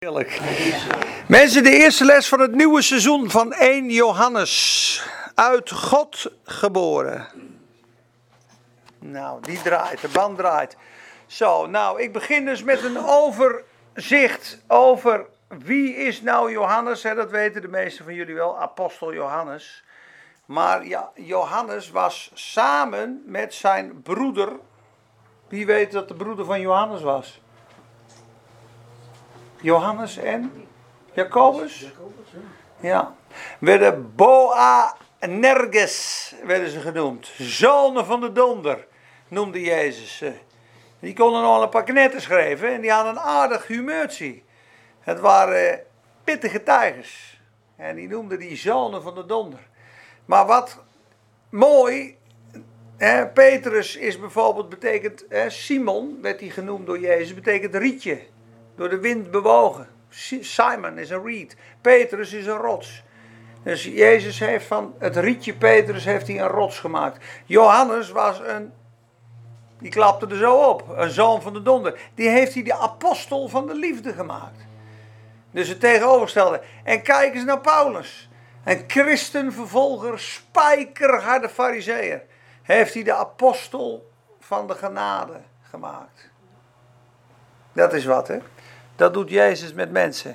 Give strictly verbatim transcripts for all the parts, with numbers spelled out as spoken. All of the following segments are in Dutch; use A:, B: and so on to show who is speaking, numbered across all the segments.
A: Heerlijk. Mensen, de eerste les van het nieuwe seizoen van eerste Johannes. Uit God geboren. Nou, die draait, de band draait. Zo, nou, ik begin dus met een overzicht over wie is nou Johannes. Hè, dat weten de meesten van jullie wel, apostel Johannes. Maar ja, Johannes was samen met zijn broeder. Wie weet dat de broeder van Johannes was? Johannes en Jacobus? Ja. Werden Boanerges werden ze genoemd. Zonen van de donder noemde Jezus ze. Die konden nog een paar knetten schrijven en die hadden een aardig humeurtje. Het waren pittige tijgers. En die noemden die zonen van de donder. Maar wat mooi, hè, Petrus is bijvoorbeeld betekent, hè, Simon werd hij genoemd door Jezus, betekent rietje. Door de wind bewogen. Simon is een reed. Petrus is een rots. Dus Jezus heeft van het rietje Petrus heeft hij een rots gemaakt. Johannes was een, die klapte er zo op. Een zoon van de donder. Die heeft hij de apostel van de liefde gemaakt. Dus het tegenovergestelde. En kijk eens naar Paulus. Een christenvervolger, spijkerharde farizeeër. Heeft hij de apostel van de genade gemaakt. Dat is wat, hè. Dat doet Jezus met mensen.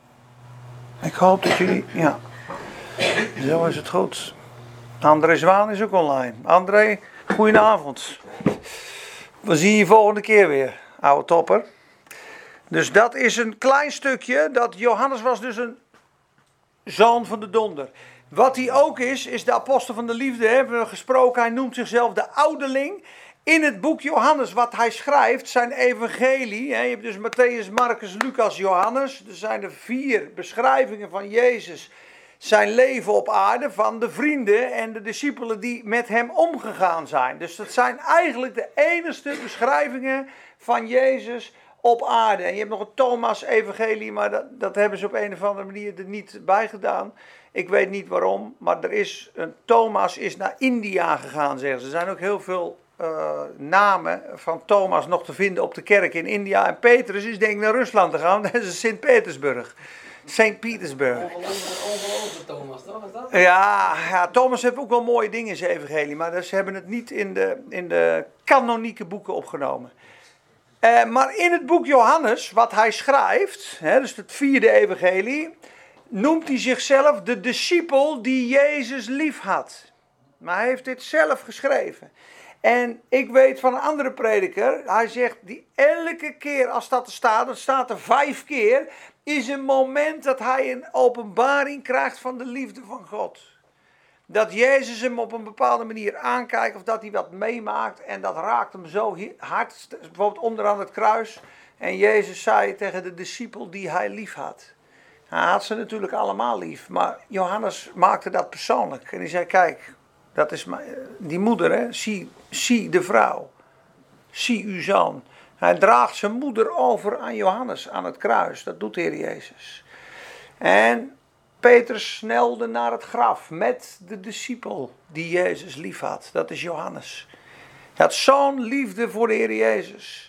A: Ik hoop dat jullie... Ja. Zo is het goed. André Zwaan is ook online. André, goedenavond. We zien je volgende keer weer, oude topper. Dus dat is een klein stukje. Dat Johannes was dus een zoon van de donder. Wat hij ook is, is de apostel van de liefde. Hebben we gesproken. Hij noemt zichzelf de ouderling. In het boek Johannes, wat hij schrijft, zijn evangelie. Hè, je hebt dus Matthäus, Marcus, Lucas, Johannes. Er zijn er vier beschrijvingen van Jezus. Zijn leven op aarde, van de vrienden en de discipelen die met hem omgegaan zijn. Dus dat zijn eigenlijk de enigste beschrijvingen van Jezus op aarde. En je hebt nog een Thomas-evangelie, maar dat, dat hebben ze op een of andere manier er niet bij gedaan. Ik weet niet waarom, maar er is een Thomas is naar India gegaan, zeggen ze. Er zijn ook heel veel uh, namen van Thomas nog te vinden op de kerk in India. En Petrus is denk ik naar Rusland gegaan, dat is Sint-Petersburg. Saint Petersburg.
B: Ongelooflijk Thomas, toch? Is dat?
A: Ja, ja, Thomas heeft ook wel mooie dingen in zijn evangelie, maar ze hebben het niet in de, in de kanonieke boeken opgenomen. Uh, maar in het boek Johannes, wat hij schrijft, hè, dus het vierde evangelie, noemt hij zichzelf de discipel die Jezus lief had. Maar hij heeft dit zelf geschreven. En ik weet van een andere prediker, hij zegt, die elke keer als dat er staat, dat staat er vijf keer, is een moment dat hij een openbaring krijgt van de liefde van God. Dat Jezus hem op een bepaalde manier aankijkt of dat hij wat meemaakt en dat raakt hem zo hard, bijvoorbeeld onderaan het kruis. En Jezus zei tegen de discipel die hij lief had. Hij had ze natuurlijk allemaal lief, maar Johannes maakte dat persoonlijk. En hij zei, kijk, dat is mijn, die moeder, hè? Zie, zie de vrouw, zie uw zoon. Hij draagt zijn moeder over aan Johannes, aan het kruis. Dat doet de Heer Jezus. En Petrus snelde naar het graf met de discipel die Jezus lief had. Dat is Johannes. Hij had zo'n liefde voor de Heer Jezus.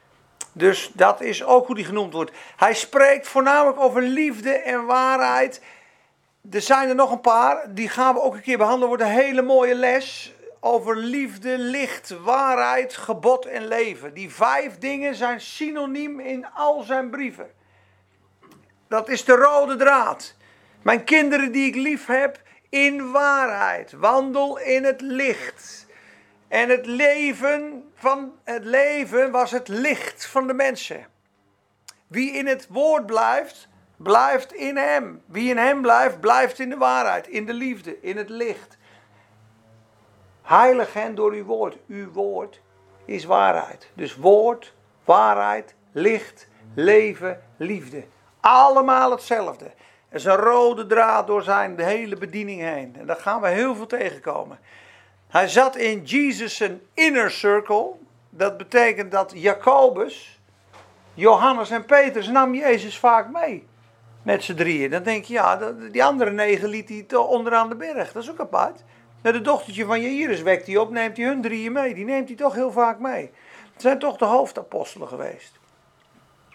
A: Dus dat is ook hoe die genoemd wordt. Hij spreekt voornamelijk over liefde en waarheid. Er zijn er nog een paar, die gaan we ook een keer behandelen. Wordt een hele mooie les over liefde, licht, waarheid, gebod en leven. Die vijf dingen zijn synoniem in al zijn brieven. Dat is de rode draad. Mijn kinderen die ik lief heb, in waarheid. Wandel in het licht. En het leven van het leven was het licht van de mensen. Wie in het woord blijft, blijft in hem. Wie in hem blijft, blijft in de waarheid, in de liefde, in het licht. Heilig hen door uw woord. Uw woord is waarheid. Dus woord, waarheid, licht, leven, liefde. Allemaal hetzelfde. Er is een rode draad door zijn de hele bediening heen. En daar gaan we heel veel tegenkomen. Hij zat in Jesus' inner circle. Dat betekent dat Jacobus, Johannes en Petrus nam Jezus vaak mee. Met z'n drieën. Dan denk je, ja, die andere negen liet hij toch onderaan de berg. Dat is ook apart. De dochtertje van Jairus wekt hij op, neemt hij hun drieën mee. Die neemt hij toch heel vaak mee. Het zijn toch de hoofdapostelen geweest.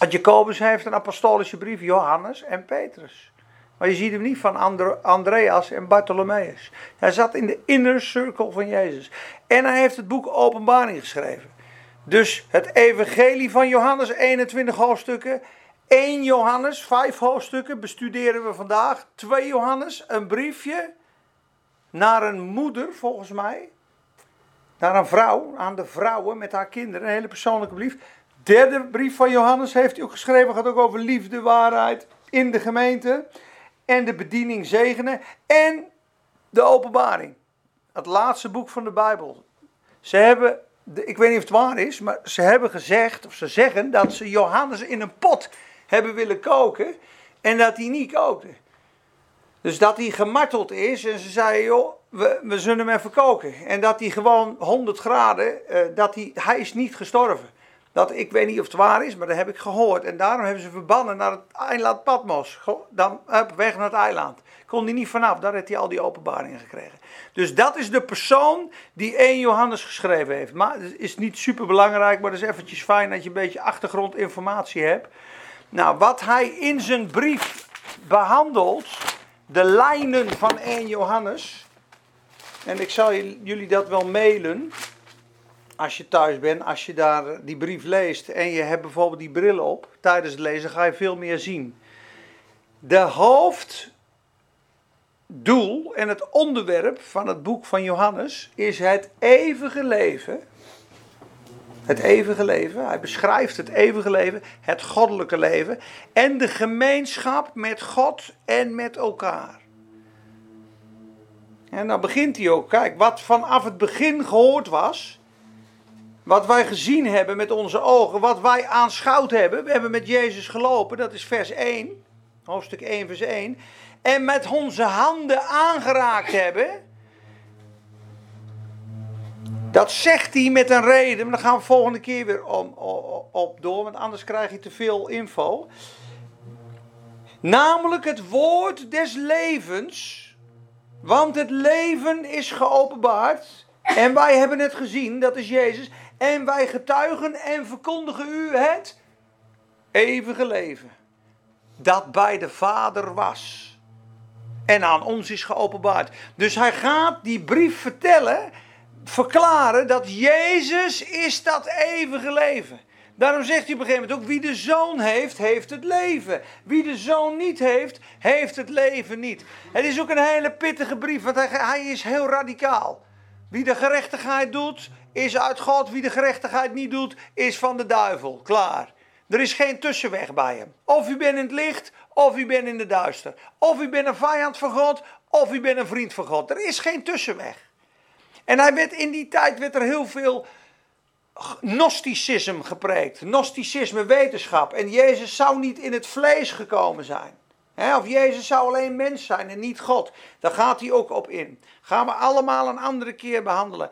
A: Jacobus heeft een apostolische brief, Johannes en Petrus. Maar je ziet hem niet van Andre- Andreas en Bartholomeus. Hij zat in de inner circle van Jezus. En hij heeft het boek Openbaring geschreven. Dus het evangelie van Johannes, eenentwintig hoofdstukken. één Johannes, vijf hoofdstukken, bestuderen we vandaag. twee Johannes, een briefje naar een moeder, volgens mij. Naar een vrouw, aan de vrouwen met haar kinderen. Een hele persoonlijke brief. Derde brief van Johannes heeft hij ook geschreven. Gaat ook over liefde, waarheid in de gemeente. En de bediening zegenen. En de openbaring. Het laatste boek van de Bijbel. Ze hebben, ik weet niet of het waar is, maar ze hebben gezegd, of ze zeggen dat ze Johannes in een pot hebben willen koken. En dat hij niet kookte. Dus dat hij gemarteld is en ze zeiden, joh, we, we zullen hem even koken. En dat hij gewoon honderd graden, uh, dat hij, hij is niet gestorven. Dat, ik weet niet of het waar is, maar dat heb ik gehoord. En daarom hebben ze verbannen naar het eiland Patmos. Dan op weg naar het eiland. Kon hij niet vanaf, daar heeft hij al die openbaringen gekregen. Dus dat is de persoon die één Johannes geschreven heeft. Maar het is niet super belangrijk, maar het is eventjes fijn dat je een beetje achtergrondinformatie hebt. Nou, wat hij in zijn brief behandelt, de lijnen van één Johannes. En ik zal jullie dat wel mailen. Als je thuis bent, als je daar die brief leest en je hebt bijvoorbeeld die bril op, tijdens het lezen ga je veel meer zien. De hoofddoel en het onderwerp van het boek van Johannes is het eeuwige leven. Het eeuwige leven, hij beschrijft het eeuwige leven, het goddelijke leven en de gemeenschap met God en met elkaar. En dan begint hij ook, kijk, wat vanaf het begin gehoord was, wat wij gezien hebben met onze ogen, wat wij aanschouwd hebben. We hebben met Jezus gelopen, dat is vers één, hoofdstuk één, vers één. En met onze handen aangeraakt hebben. Dat zegt hij met een reden, maar daar gaan we volgende keer weer om, op, op door, want anders krijg je te veel info. Namelijk het woord des levens, want het leven is geopenbaard. En wij hebben het gezien, dat is Jezus. En wij getuigen en verkondigen u het eeuwige leven. Dat bij de Vader was. En aan ons is geopenbaard. Dus hij gaat die brief vertellen, verklaren dat Jezus is dat eeuwige leven. Daarom zegt hij op een gegeven moment ook, wie de Zoon heeft, heeft het leven. Wie de Zoon niet heeft, heeft het leven niet. Het is ook een hele pittige brief, want hij, hij is heel radicaal. Wie de gerechtigheid doet, is uit God. Wie de gerechtigheid niet doet, is van de duivel. Klaar. Er is geen tussenweg bij hem. Of u bent in het licht, of u bent in de duister. Of u bent een vijand van God, of u bent een vriend van God. Er is geen tussenweg. En hij werd, in die tijd werd er heel veel gnosticisme gepreekt. Gnosticisme, wetenschap. En Jezus zou niet in het vlees gekomen zijn. He, of Jezus zou alleen mens zijn en niet God. Daar gaat hij ook op in. Gaan we allemaal een andere keer behandelen.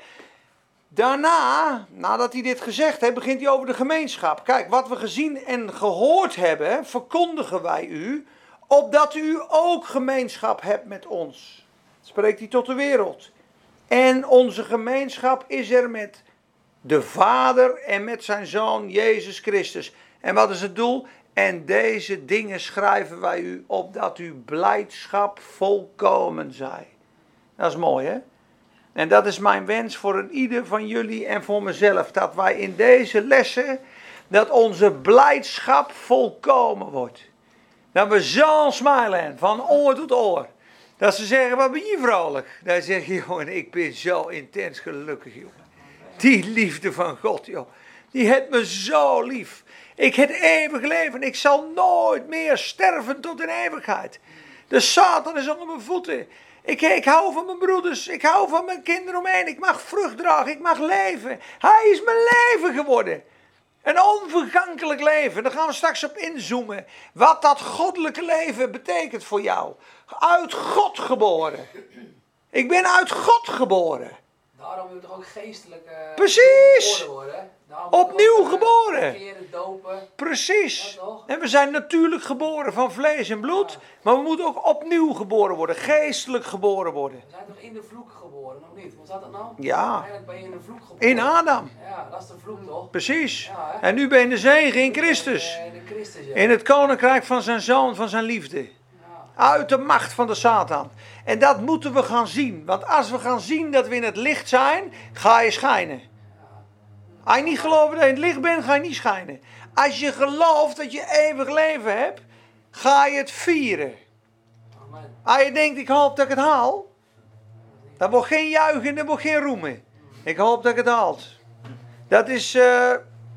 A: Daarna, nadat hij dit gezegd heeft, begint hij over de gemeenschap. Kijk, wat we gezien en gehoord hebben, verkondigen wij u, opdat u ook gemeenschap hebt met ons. Spreekt hij tot de wereld. En onze gemeenschap is er met de Vader en met zijn Zoon Jezus Christus. En wat is het doel? En deze dingen schrijven wij u opdat uw blijdschap volkomen zij. Dat is mooi, hè? En dat is mijn wens voor een ieder van jullie en voor mezelf. Dat wij in deze lessen, dat onze blijdschap volkomen wordt. Dat we zo smilen, van oor tot oor. Dat ze zeggen, wat ben je vrolijk? Dan zeg je, jongen, ik ben zo intens gelukkig, jongen. Die liefde van God, joh. Die heeft me zo lief. Ik heb eeuwig leven. Ik zal nooit meer sterven tot in eeuwigheid. De Satan is onder mijn voeten. Ik, ik hou van mijn broeders. Ik hou van mijn kinderen omheen. Ik mag vrucht dragen. Ik mag leven. Hij is mijn leven geworden. Een onvergankelijk leven. Daar gaan we straks op inzoomen. Wat dat goddelijke leven betekent voor jou. Uit God geboren. Ik ben uit God geboren.
B: Daarom moet je toch ook geestelijk uh,
A: Precies.
B: geboren worden. Nou, we
A: Opnieuw
B: moeten ook, eh,
A: geboren.
B: Keren, dopen.
A: Precies.
B: Ja, toch?
A: En we zijn natuurlijk geboren van vlees en bloed. Maar we moeten ook opnieuw geboren worden. Geestelijk geboren worden.
B: We zijn toch in de vloek geboren, of niet? Hoe staat dat nou?
A: Ja.
B: Eigenlijk ben je in de vloek geboren.
A: In Adam.
B: Ja, dat is de vloek toch?
A: Precies.
B: Ja, hè?
A: En nu ben je de zegen in Christus.
B: Eh, de Christus, ja.
A: In het koninkrijk van zijn zoon, van zijn liefde.
B: Ja.
A: Uit de macht van de Satan. En dat moeten we gaan zien. Want als we gaan zien dat we in het licht zijn, ga je schijnen. Als je niet gelooft dat je in het licht bent, ga je niet schijnen. Als je gelooft dat je eeuwig leven hebt, ga je het vieren.
B: Amen.
A: Als je denkt, ik hoop dat ik het haal, dan wordt geen juichen, dan wordt geen roemen. Ik hoop dat ik het haal. Dat is, uh,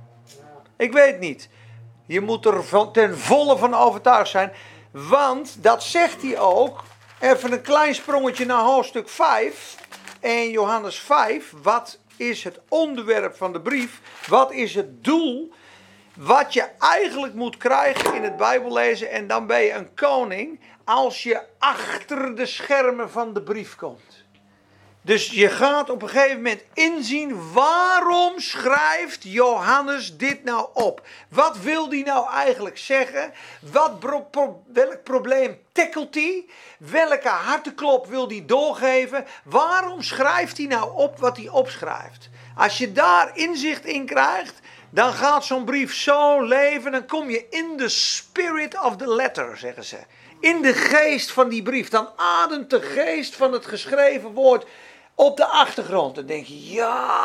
A: ik weet niet. Je moet er van, ten volle van overtuigd zijn. Want, dat zegt hij ook, even een klein sprongetje naar hoofdstuk vijf. En Johannes vijf, wat is het onderwerp van de brief? Wat is het doel? Wat je eigenlijk moet krijgen in het Bijbellezen, en dan ben je een koning, als je achter de schermen van de brief komt. Dus je gaat op een gegeven moment inzien, waarom schrijft Johannes dit nou op? Wat wil hij nou eigenlijk zeggen? Wat pro, pro, welk probleem tackelt hij? Welke harteklop wil hij doorgeven? Waarom schrijft hij nou op wat hij opschrijft? Als je daar inzicht in krijgt, dan gaat zo'n brief zo leven. Dan kom je in de spirit of the letter, zeggen ze. In de geest van die brief. Dan ademt de geest van het geschreven woord op de achtergrond. Dan denk je,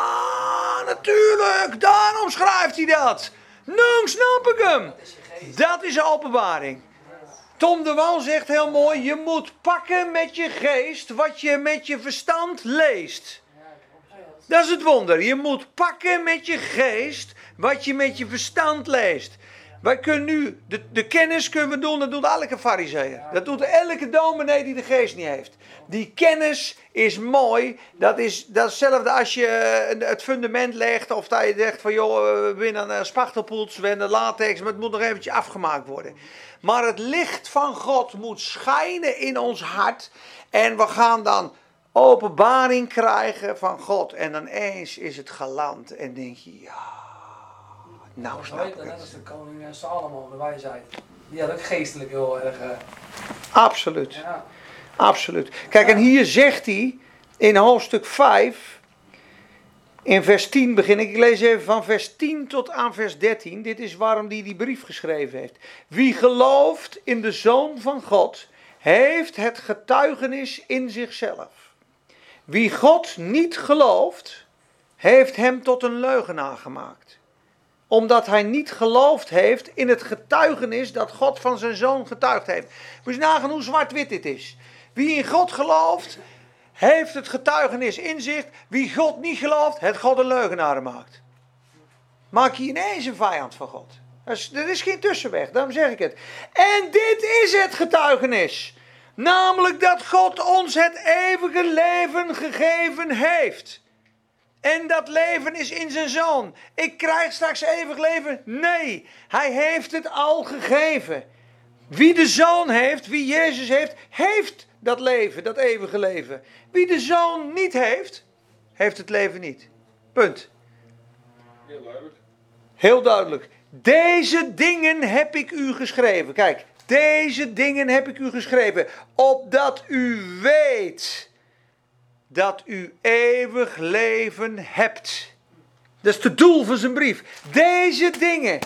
A: ja, natuurlijk, daarom schrijft hij dat. Nu snap ik hem. Dat is een openbaring. Tom de Wal zegt heel mooi, je moet pakken met je geest wat je met je verstand leest. Dat is het wonder. Je moet pakken met je geest wat je met je verstand leest. Wij kunnen nu, de, de kennis kunnen we doen, dat doet elke farizeeër. Dat doet elke dominee die de geest niet heeft. Die kennis is mooi. Dat is datzelfde als je het fundament legt. Of dat je zegt van joh, we winnen een spachtelpoets, we hebben latex, maar het moet nog eventjes afgemaakt worden. Maar het licht van God moet schijnen in ons hart. En we gaan dan openbaring krijgen van God. En dan eens is het geland. En denk je, ja, nou snap ik het.
B: Net als de koning Salomo, de wijsheid. Die had ook geestelijk heel erg... Uh,
A: Absoluut.
B: ja.
A: Absoluut. Kijk, en hier zegt hij in hoofdstuk vijf, in vers tien begin ik. Ik lees even van vers tien tot aan vers dertien. Dit is waarom hij die brief geschreven heeft. Wie gelooft in de Zoon van God, heeft het getuigenis in zichzelf. Wie God niet gelooft, heeft hem tot een leugenaar gemaakt. Omdat hij niet geloofd heeft in het getuigenis dat God van zijn Zoon getuigd heeft. Moet je nagaan hoe zwart-wit dit is. Wie in God gelooft, heeft het getuigenis in zich. Wie God niet gelooft, het God een leugenaar maakt. Maak je ineens een vijand van God. Er is, er is geen tussenweg, daarom zeg ik het. En dit is het getuigenis. Namelijk dat God ons het eeuwige leven gegeven heeft. En dat leven is in zijn Zoon. Ik krijg straks eeuwig leven? Nee, hij heeft het al gegeven. Wie de Zoon heeft, wie Jezus heeft, heeft dat leven, dat eeuwige leven. Wie de Zoon niet heeft, heeft het leven niet. Punt.
C: Heel duidelijk.
A: Heel duidelijk. Deze dingen heb ik u geschreven. Kijk, deze dingen heb ik u geschreven. Opdat u weet dat u eeuwig leven hebt. Dat is het doel van zijn brief. Deze dingen,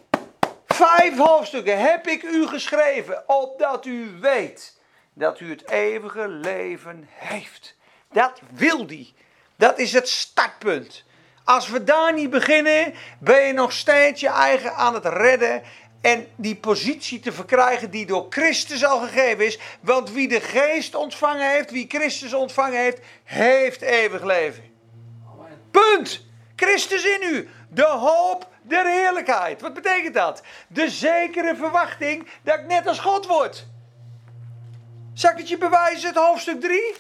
A: vijf hoofdstukken, heb ik u geschreven. Opdat u weet dat u het eeuwige leven heeft. Dat wil hij. Dat is het startpunt. Als we daar niet beginnen, ben je nog steeds je eigen aan het redden. En die positie te verkrijgen die door Christus al gegeven is. Want wie de geest ontvangen heeft, wie Christus ontvangen heeft, heeft eeuwig leven.
B: Amen.
A: Punt. Christus in u. De hoop der heerlijkheid. Wat betekent dat? De zekere verwachting dat ik net als God word. Zal ik het je bewijzen, het hoofdstuk drie?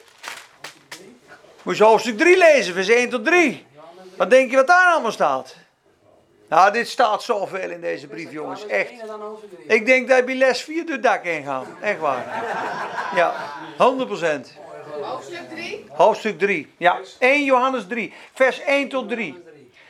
A: Moet je hoofdstuk drie lezen, vers één tot drie. Wat denk je wat daar allemaal staat? Nou, dit staat zoveel in deze brief, jongens. Echt. Ik denk dat je bij les vier door het dak heen gaat. Echt waar. Ja, honderd procent.
D: Hoofdstuk drie.
A: Hoofdstuk drie. Ja, één Johannes drie. Vers één tot drie.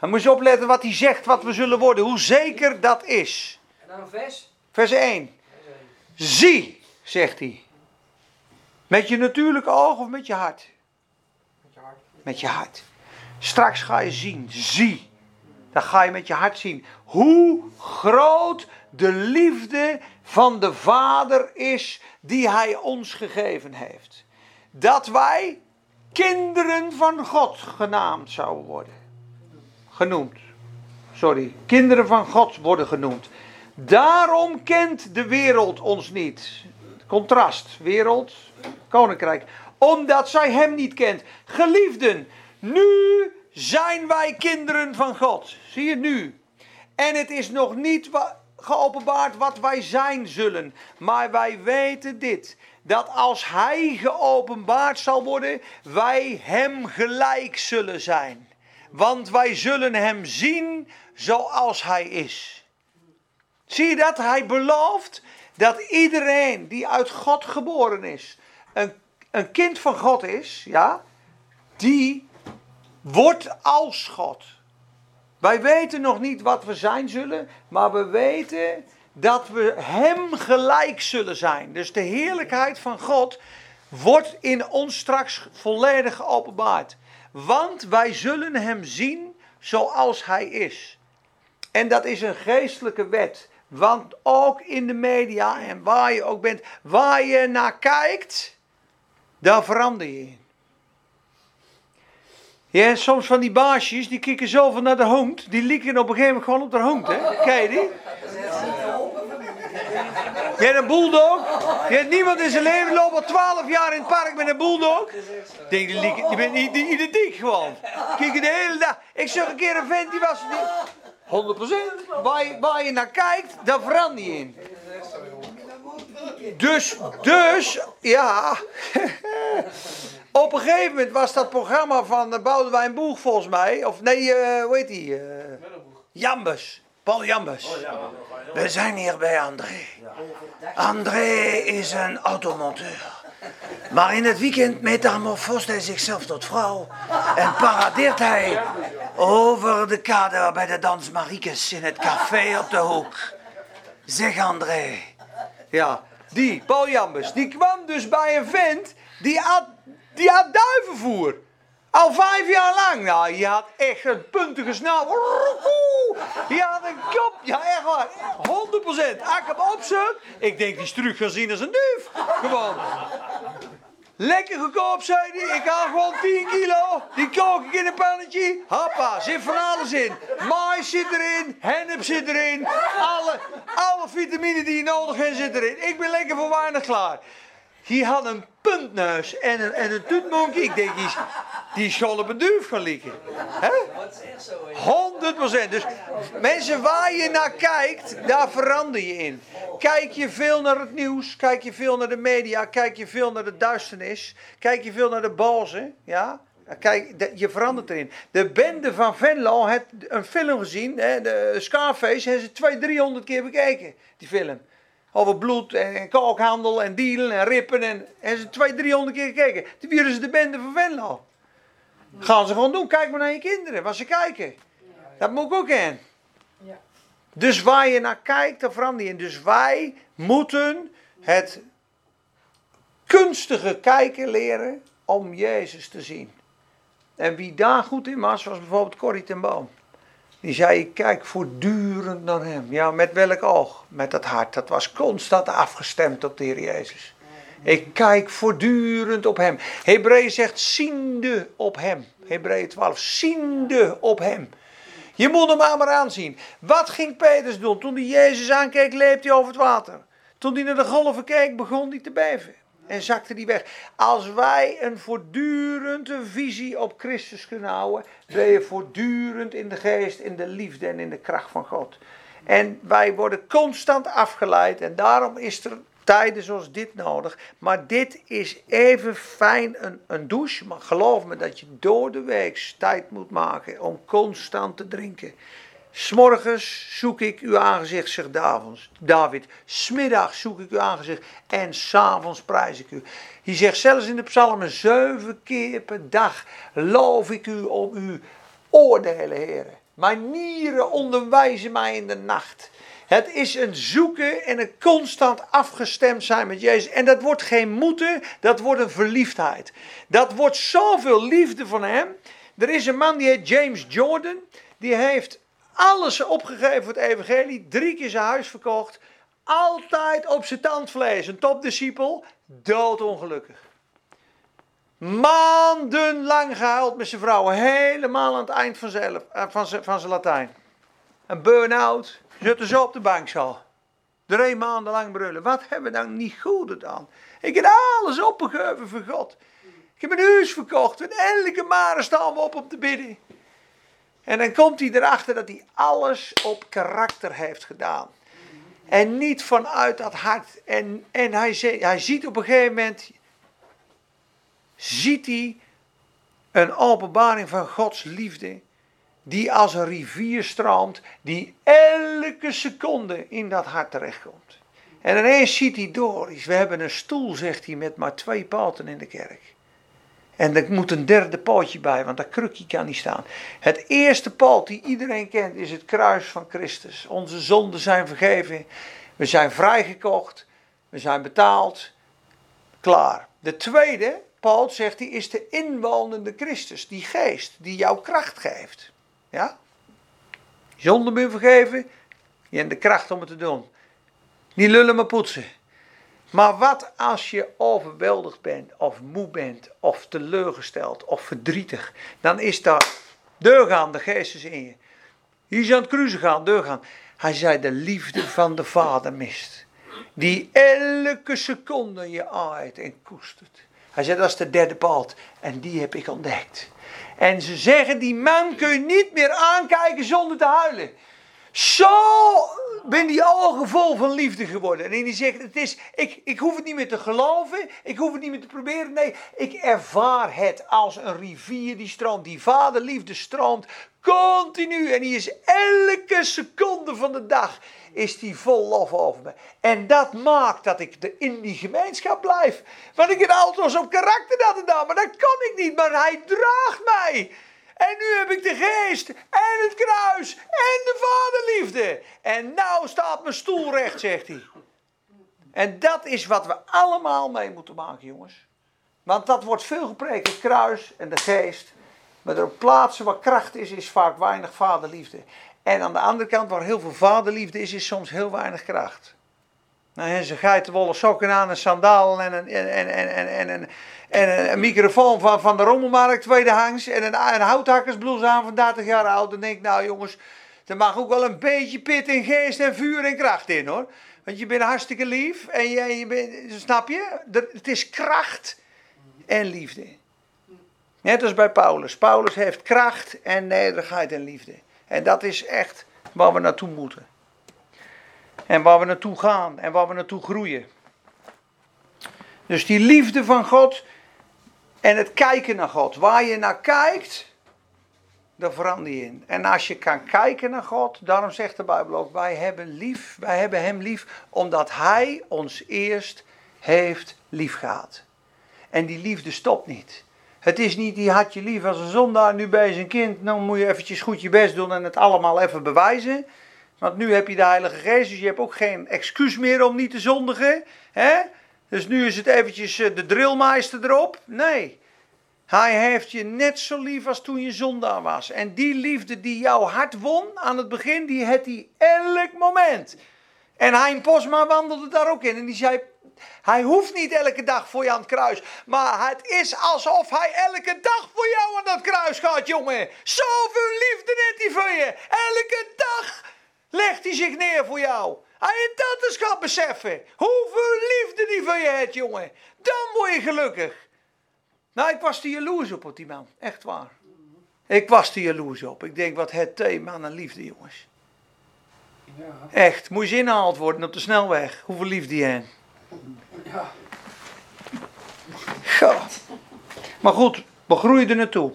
A: Dan moet je opletten wat hij zegt, wat we zullen worden. Hoe zeker dat is.
B: En dan een vers.
A: Vers één. Zie, zegt hij. Met je natuurlijke oog of met je hart?
B: Met je hart.
A: Met je hart. Straks ga je zien. Zie. Dan ga je met je hart zien. Hoe groot de liefde van de Vader is die hij ons gegeven heeft. Dat wij kinderen van God genaamd zouden worden. Genoemd. Sorry. Kinderen van God worden genoemd. Daarom kent de wereld ons niet. Contrast. Wereld, koninkrijk. Omdat zij hem niet kent. Geliefden, nu zijn wij kinderen van God. Zie je nu. En het is nog niet geopenbaard wat wij zijn zullen. Maar wij weten dit. Dat als hij geopenbaard zal worden, wij hem gelijk zullen zijn. Want wij zullen hem zien zoals hij is. Zie je dat? Hij belooft dat iedereen die uit God geboren is, een, een kind van God is, ja, die wordt als God. Wij weten nog niet wat we zijn zullen, maar we weten dat we hem gelijk zullen zijn. Dus de heerlijkheid van God wordt in ons straks volledig geopenbaard. Want wij zullen hem zien zoals hij is. En dat is een geestelijke wet. Want ook in de media en waar je ook bent, waar je naar kijkt, daar verander je in. Ja, soms van die baasjes, die kijken zoveel naar de hond, die lieken op een gegeven moment gewoon op de hond, hè? Ken je die? Je hebt een bulldog. Je hebt niemand in zijn leven loopt al twaalf jaar in het park met een bulldog. Ik denk, die, lieken, die bent niet die identiek gewoon. Kijk de hele dag. Ik zag een keer een vent, die was... Die, honderd procent. Waar je, waar je naar kijkt, daar verander je in. Dus, dus, ja. Op een gegeven moment was dat programma van Boudewijn Boeg volgens mij. Of nee, uh, hoe heet die? Uh, Jambus. Paul Jambus. We zijn hier bij André. André is een automonteur. Maar in het weekend metamorfost hij zichzelf tot vrouw. En paradeert hij over de kade bij de Dans Mariekes in het café op de hoek. Zeg André. Ja, die, Paul Jambus, die kwam dus bij een vent die had, die had duivenvoer. Al vijf jaar lang. Nou, je had echt een puntige snel. Je had een kop. Ja, echt waar. honderd procent. Als ik hem opzoek. Ik denk, die is terug gaan zien als een duif. Gewoon. Lekker goedkoop, zei hij. Ik haal gewoon tien kilo. Die kook ik in een pannetje. Hoppa, zit van alles in. Mais zit erin. Hennep zit erin. Alle, alle vitamine die je nodig hebt zit erin. Ik ben lekker voor weinig klaar. Die had een puntneus en een, en een toetmonkje. Ik denk, die is, die is gewoon op een duif gaan likken. honderd procent. Dus mensen, waar je naar kijkt, daar verander je in. Kijk je veel naar het nieuws, kijk je veel naar de media, kijk je veel naar de duisternis, kijk je veel naar de boze, ja? Kijk, de, je verandert erin. De bende van Venlo heeft een film gezien, hè, de Scarface, hebben ze tweehonderd, driehonderd keer bekeken, die film. Over bloed en kookhandel en dealen en rippen. En, en ze tweehonderd, driehonderd keer gekeken. Toen werden ze de bende van Venlo. Gaan ze gewoon doen. Kijk maar naar je kinderen. Wat ze kijken. Dat moet ik ook in. Dus waar je naar kijkt, daar verander je in. Dus wij moeten het kunstige kijken leren om Jezus te zien. En wie daar goed in was, was bijvoorbeeld Corrie ten Boom. Die zei, ik kijk voortdurend naar hem. Ja, met welk oog? Met dat hart. Dat was constant afgestemd op de Heer Jezus. Ik kijk voortdurend op hem. Hebreeën zegt, ziende op hem. Hebreeën twaalf, ziende op hem. Je moet hem maar aanzien. Wat ging Petrus doen? Toen hij Jezus aankeek, leefde hij over het water. Toen hij naar de golven keek, begon hij te beven. En zakte die weg. Als wij een voortdurende visie op Christus kunnen houden, ben je voortdurend in de geest, in de liefde en in de kracht van God. En wij worden constant afgeleid en daarom is er tijden zoals dit nodig. Maar dit is even fijn een, een douche. Maar geloof me dat je door de week tijd moet maken om constant te drinken. 'Smorgens zoek ik uw aangezicht, zegt David. 'Smiddags zoek ik uw aangezicht en 's'avonds prijs ik u. Hij zegt zelfs in de psalmen, zeven keer per dag loof ik u om uw oordelen, heren. Mijn nieren onderwijzen mij in de nacht. Het is een zoeken en een constant afgestemd zijn met Jezus. En dat wordt geen moeten, dat wordt een verliefdheid. Dat wordt zoveel liefde van hem. Er is een man die heet James Jordan. Die heeft alles opgegeven voor het evangelie. Drie keer zijn huis verkocht. Altijd op zijn tandvlees. Een topdiscipel. Doodongelukkig. Maandenlang gehuild met zijn vrouw. Helemaal aan het eind van zijn, van zijn, van zijn Latijn. Een burn-out. Zitten ze op de bank zo. Drie maanden lang brullen. Wat hebben we dan niet goed gedaan? Ik heb alles opgegeven voor God. Ik heb een huis verkocht. En elke maand staan we op om te bidden. En dan komt hij erachter dat hij alles op karakter heeft gedaan. En niet vanuit dat hart. En, en hij, zegt, hij ziet op een gegeven moment... Ziet hij een openbaring van Gods liefde. Die als een rivier stroomt. Die elke seconde in dat hart terechtkomt. En ineens ziet hij door. We hebben een stoel, zegt hij, met maar twee poten in de kerk. En er moet een derde pootje bij, want dat krukje kan niet staan. Het eerste poot die iedereen kent is het kruis van Christus. Onze zonden zijn vergeven. We zijn vrijgekocht. We zijn betaald. Klaar. De tweede poot, zegt hij, is de inwonende Christus. Die geest die jou kracht geeft. Ja? Zonden ben vergeven. Je hebt de kracht om het te doen. Niet lullen maar poetsen. Maar wat als je overweldigd bent, of moe bent, of teleurgesteld, of verdrietig. Dan is daar, deur gaan, de geest is in je. Hier is aan het kruisen gaan, deur gaan. Hij zei, de liefde van de Vader mist. Die elke seconde je aait en koestert. Hij zei, dat is de derde poot. En die heb ik ontdekt. En ze zeggen, die man kun je niet meer aankijken zonder te huilen. Zo ben die ogen vol van liefde geworden. En die zegt, het is, ik, ik hoef het niet meer te geloven. Ik hoef het niet meer te proberen. Nee, ik ervaar het als een rivier die stroomt. Die vaderliefde stroomt continu. En die is elke seconde van de dag is die vol lof over me. En dat maakt dat ik de, in die gemeenschap blijf. Want ik heb altijd op karakter dat gedaan. Maar dat kan ik niet. Maar hij draagt mij. En nu heb ik de geest en het kruis en de vaderliefde. En nou staat mijn stoel recht, zegt hij. En dat is wat we allemaal mee moeten maken, jongens. Want dat wordt veel gepreekt, het kruis en de geest. Maar op plaatsen waar kracht is, is vaak weinig vaderliefde. En aan de andere kant, waar heel veel vaderliefde is, is soms heel weinig kracht. Nou hebben ze geitenwolle sokken aan, een sandaal en een, en, en, en, en, en, en, en een microfoon van, van de rommelmarkt, tweedehands. En een, een houthakkersblouse aan van dertig jaar oud. Dan denk ik, nou jongens, er mag ook wel een beetje pit en geest en vuur en kracht in hoor. Want je bent hartstikke lief en je, je bent, snap je? Het is kracht en liefde. Net als bij Paulus. Paulus heeft kracht en nederigheid en liefde. En dat is echt waar we naartoe moeten. En waar we naartoe gaan en waar we naartoe groeien. Dus die liefde van God en het kijken naar God. Waar je naar kijkt, daar verander je in. En als je kan kijken naar God, daarom zegt de Bijbel ook, wij hebben lief, wij hebben hem lief, omdat hij ons eerst heeft lief gehad. En die liefde stopt niet. Het is niet, die had je lief als een zondaar, nu ben je zijn kind, nou moet je eventjes goed je best doen en het allemaal even bewijzen. Want nu heb je de Heilige Geest, dus je hebt ook geen excuus meer om niet te zondigen. Hè? Dus nu is het eventjes de drillmeister erop. Nee, hij heeft je net zo lief als toen je zondaar was. En die liefde die jouw hart won aan het begin, die had hij elk moment. En Hein Posma wandelde daar ook in en die zei, hij hoeft niet elke dag voor je aan het kruis. Maar het is alsof hij elke dag voor jou aan dat kruis gaat, jongen. Zoveel liefde heeft hij voor je. Elke dag legt hij zich neer voor jou. Als je dat eens gaat beseffen. Hoeveel liefde die voor je heeft, jongen. Dan word je gelukkig. Nou, ik was er jaloers op, op die man. Echt waar. Ik was er jaloers op. Ik denk, wat het thee, man, een liefde, jongens.
B: Ja.
A: Echt, moet je ingehaald worden op de snelweg. Hoeveel liefde je hebt.
B: Ja.
A: God. Maar goed, we groeien er naartoe.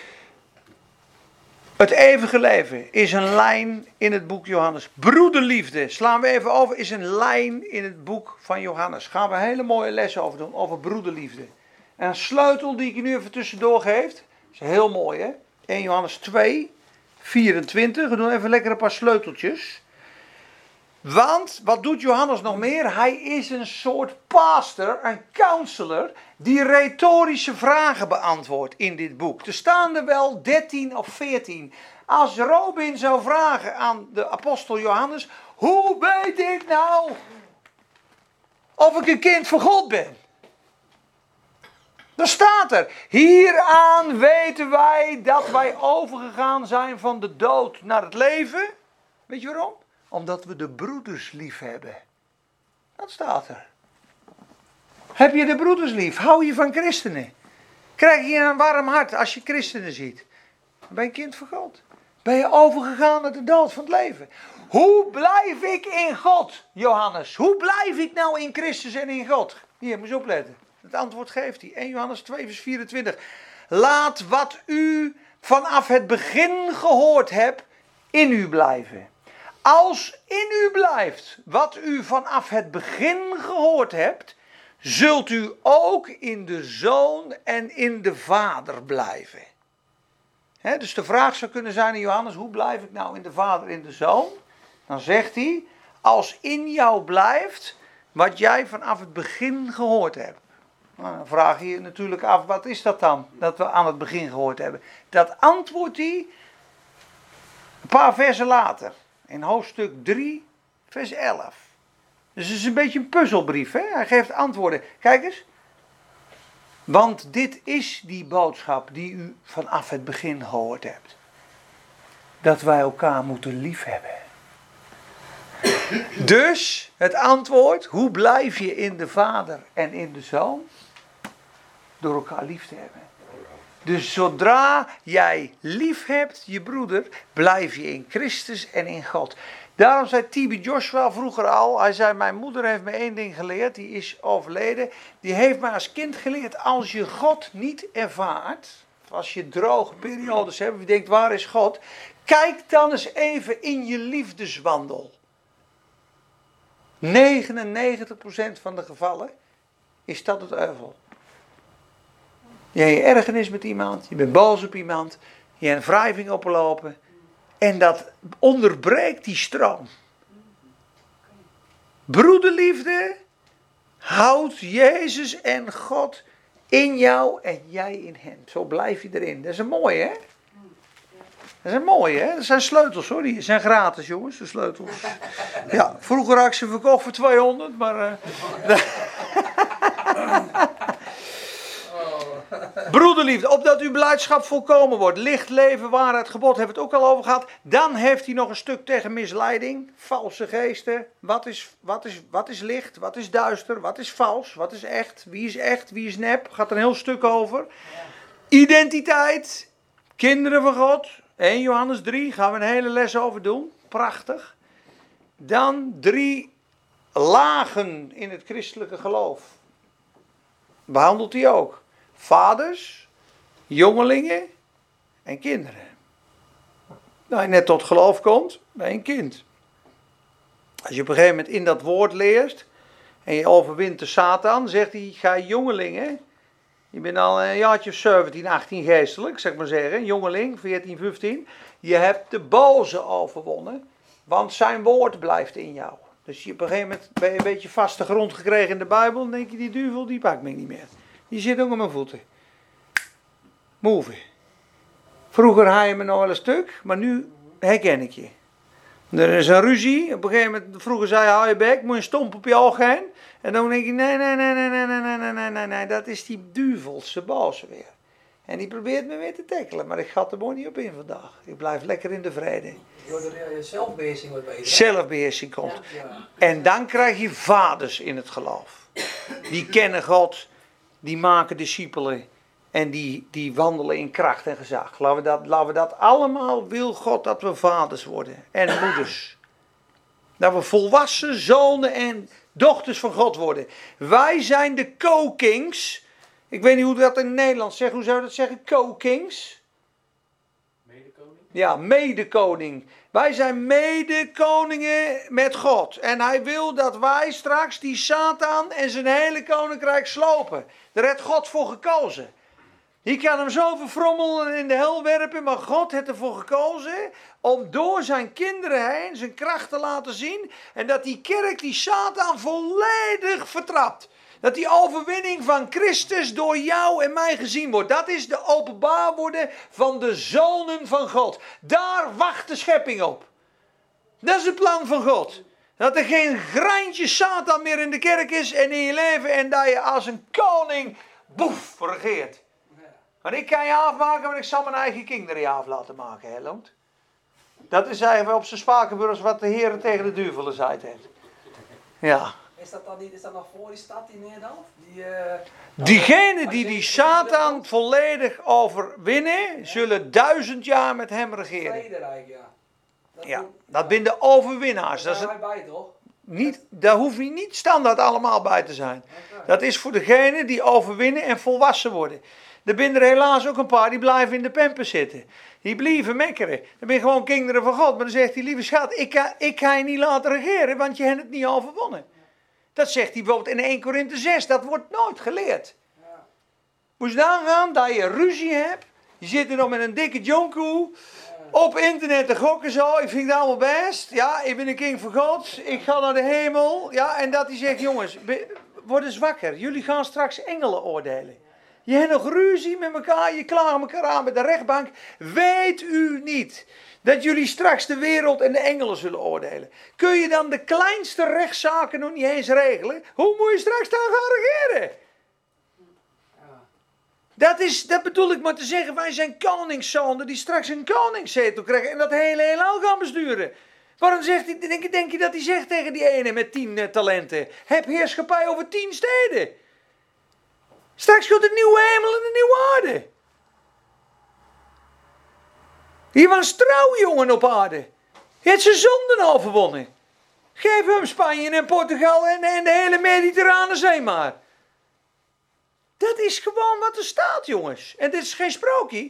A: Het eeuwige leven is een lijn in het boek Johannes. Broederliefde, slaan we even over, is een lijn in het boek van Johannes. Gaan we een hele mooie les over doen, over broederliefde. En een sleutel die ik je nu even tussendoor geef, is heel mooi hè. eerste Johannes twee, vierentwintig. We doen even lekker een paar sleuteltjes. Want, wat doet Johannes nog meer? Hij is een soort pastor, een counselor, die retorische vragen beantwoordt in dit boek. Er staan er wel dertien of veertien. Als Robin zou vragen aan de apostel Johannes, hoe weet ik nou of ik een kind van God ben? Dan staat er, hieraan weten wij dat wij overgegaan zijn van de dood naar het leven. Weet je waarom? Omdat we de broeders lief hebben. Dat staat er. Heb je de broeders lief? Hou je van christenen? Krijg je een warm hart als je christenen ziet? Dan ben je kind van God. Ben je overgegaan naar de dood van het leven? Hoe blijf ik in God, Johannes? Hoe blijf ik nou in Christus en in God? Hier, moet je opletten. Het antwoord geeft hij. eerste Johannes twee vers vierentwintig. Laat wat u vanaf het begin gehoord hebt in u blijven. Als in u blijft wat u vanaf het begin gehoord hebt, zult u ook in de Zoon en in de Vader blijven. He, dus de vraag zou kunnen zijn aan Johannes, hoe blijf ik nou in de Vader en in de Zoon? Dan zegt hij, als in jou blijft wat jij vanaf het begin gehoord hebt. Nou, dan vraag je je natuurlijk af, wat is dat dan, dat we aan het begin gehoord hebben? Dat antwoordt hij een paar versen later. In hoofdstuk drie, vers elf. Dus het is een beetje een puzzelbrief. Hè? Hij geeft antwoorden. Kijk eens. Want dit is die boodschap die u vanaf het begin gehoord hebt. Dat wij elkaar moeten liefhebben. Dus het antwoord, hoe blijf je in de Vader en in de Zoon? Door elkaar lief te hebben. Dus zodra jij lief hebt, je broeder, blijf je in Christus en in God. Daarom zei T B Joshua vroeger al, hij zei, mijn moeder heeft me één ding geleerd, die is overleden. Die heeft mij als kind geleerd, als je God niet ervaart, als je droge periodes hebt, of je denkt, waar is God? Kijk dan eens even in je liefdeswandel. negenennegentig procent van de gevallen is dat het euvel. Je hebt ergernis met iemand, je bent boos op iemand, je hebt een wrijving opgelopen en dat onderbreekt die stroom. Broederliefde houdt Jezus en God in jou en jij in hem. Zo blijf je erin. Dat is een mooie, hè? Dat is een mooie, hè? Dat zijn sleutels, hoor. Die zijn gratis, jongens, de sleutels. Ja, vroeger had ik ze verkocht voor tweehonderd, maar... Uh, Broederliefde, opdat uw blijdschap volkomen wordt. Licht, leven, waarheid, gebod, hebben we het ook al over gehad. Dan heeft hij nog een stuk tegen misleiding. Valse geesten. Wat is, wat is, wat is licht? Wat is duister? Wat is vals? Wat is echt? Wie is echt? Wie is nep? Gaat er een heel stuk over. Identiteit. Kinderen van God. eerste Johannes drie. Gaan we een hele les over doen. Prachtig. Dan drie lagen in het christelijke geloof. Behandelt hij ook. Vaders, jongelingen en kinderen. Nou, je net tot geloof komt, ben je een kind. Als je op een gegeven moment in dat woord leest en je overwint de Satan, zegt hij, ga jongelingen. Je bent al een jaartje of zeventien, achttien geestelijk, zeg maar zeggen, jongeling, veertien, vijftien. Je hebt de boze overwonnen, want zijn woord blijft in jou. Dus je op een gegeven moment ben je een beetje vaste grond gekregen in de Bijbel, dan denk je, die duivel, die pakt me niet meer. Die zit ook aan mijn voeten. Move. Vroeger haal je me nog wel een stuk, maar nu herken ik je. Er is een ruzie. Op een gegeven moment, vroeger zei je, hou je bek, moet je een stomp op je oog heen. En dan denk je, nee, nee, nee, nee, nee, nee, nee, nee, nee, nee, dat is die duivelse baas weer. En die probeert me weer te tackelen, maar ik ga er mooi niet op in vandaag. Ik blijf lekker in de vrede.
B: Doordat je zelfbeheersing wordt beter.
A: Zelfbeheersing komt.
B: Ja.
A: En dan krijg je vaders in het geloof. Die kennen God. Die maken discipelen en die, die wandelen in kracht en gezag. Laten we, dat, laten we dat allemaal, wil God dat we vaders worden en moeders. Dat we volwassen zonen en dochters van God worden. Wij zijn de co-kings. Ik weet niet hoe dat in het Nederlands zegt. Hoe zou je dat zeggen? Co-kings?
C: Medekoning?
A: Ja, medekoning. Wij zijn medekoningen met God. En hij wil dat wij straks die Satan en zijn hele koninkrijk slopen. Daar heeft God voor gekozen. Je kan hem zo verfrommelen en in de hel werpen, maar God heeft ervoor gekozen om door zijn kinderen heen zijn kracht te laten zien. En dat die kerk die Satan volledig vertrapt. Dat die overwinning van Christus door jou en mij gezien wordt. Dat is de openbaar worden van de zonen van God. Daar wacht de schepping op. Dat is het plan van God. Dat er geen greintje Satan meer in de kerk is en in je leven. En dat je als een koning, boef, regeert. Want ik kan je afmaken, maar ik zal mijn eigen kinderen je af laten maken, hè, Lont? Dat is eigenlijk op zijn spakenburgers wat de Heer tegen de duivel gezegd heeft. Ja.
B: Is dat dan niet, is dat nog voor die stad in Nederland? Die, uh,
A: Diegenen die die Satan volledig overwinnen, zullen duizend jaar met hem regeren.
B: Vrederijk, ja. Dat
A: Ja,
B: doen-
A: dat zijn de overwinnaars.
B: Daar
A: Dat, is
B: zijn wij bij, toch?
A: niet, daar hoef je niet standaard allemaal bij te zijn. Dat is voor degenen die overwinnen en volwassen worden. Er zijn er helaas ook een paar die blijven in de pampen zitten. Die blijven mekkeren. Dan ben je gewoon kinderen van God. Maar dan zegt hij, lieve schat, ik kan, ik kan je niet laten regeren, want je hebt het niet overwonnen. Dat zegt hij bijvoorbeeld in Eerste Korinthe zes. Dat wordt nooit geleerd.
B: Ja.
A: Moet je dan gaan dat je ruzie hebt. Je zit er nog met een dikke jonkoe. Op internet te gokken zo. Ik vind het allemaal best. Ja, ik ben een kind van God. Ik ga naar de hemel. Ja, en dat hij zegt, jongens, be- word eens wakker. Jullie gaan straks engelen oordelen. Je hebt nog ruzie met elkaar. Je klaagt elkaar aan bij de rechtbank. Weet u niet dat jullie straks de wereld en de engelen zullen oordelen? Kun je dan de kleinste rechtszaken nog niet eens regelen? Hoe moet je straks dan gaan regeren?
B: Ja.
A: Dat, is, dat bedoel ik maar te zeggen, wij zijn koningszonen die straks een koningszetel krijgen en dat hele heelal gaan besturen. Waarom zegt hij, denk, denk je dat hij zegt tegen die ene met tien uh, talenten, heb heerschappij over tien steden. Straks komt een nieuwe hemel en een nieuwe aarde. Hier was trouw, jongen, op aarde. Je hebt zijn zonden overwonnen. Geef hem Spanje en Portugal en, en de hele Mediterrane Zee maar. Dat is gewoon wat er staat, jongens. En dit is geen sprookje.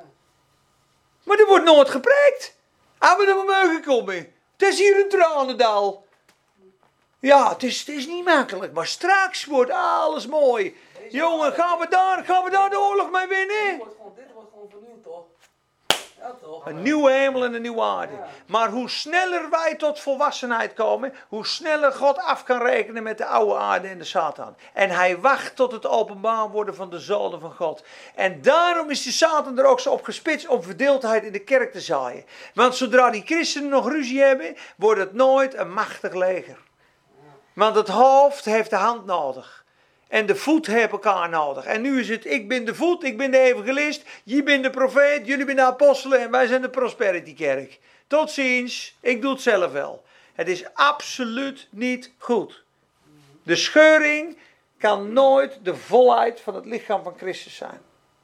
A: Maar er wordt nooit gepreekt. Hebben we er maar mogen komen. Het is hier een tranendal. Ja, het is, het is niet makkelijk. Maar straks wordt alles mooi. Jongen, gaan we daar, gaan we daar de oorlog mee
B: Dit
A: winnen?
B: wordt gewoon, dit wordt gewoon vernieuwd, toch? Ja, toch?
A: Een nieuwe hemel en een nieuwe aarde. Maar hoe sneller wij tot volwassenheid komen, hoe sneller God af kan rekenen met de oude aarde en de Satan. En hij wacht tot het openbaar worden van de zonen van God. En daarom is de Satan er ook zo op gespitst om verdeeldheid in de kerk te zaaien. Want zodra die christenen nog ruzie hebben, wordt het nooit een machtig leger. Want het hoofd heeft de hand nodig. En de voet heeft elkaar nodig. En nu is het, ik ben de voet, ik ben de evangelist, jij bent de profeet, jullie zijn de apostelen en wij zijn de Prosperity Kerk. Tot ziens, ik doe het zelf wel. Het is absoluut niet goed. De scheuring kan nooit de volheid van het lichaam van Christus zijn.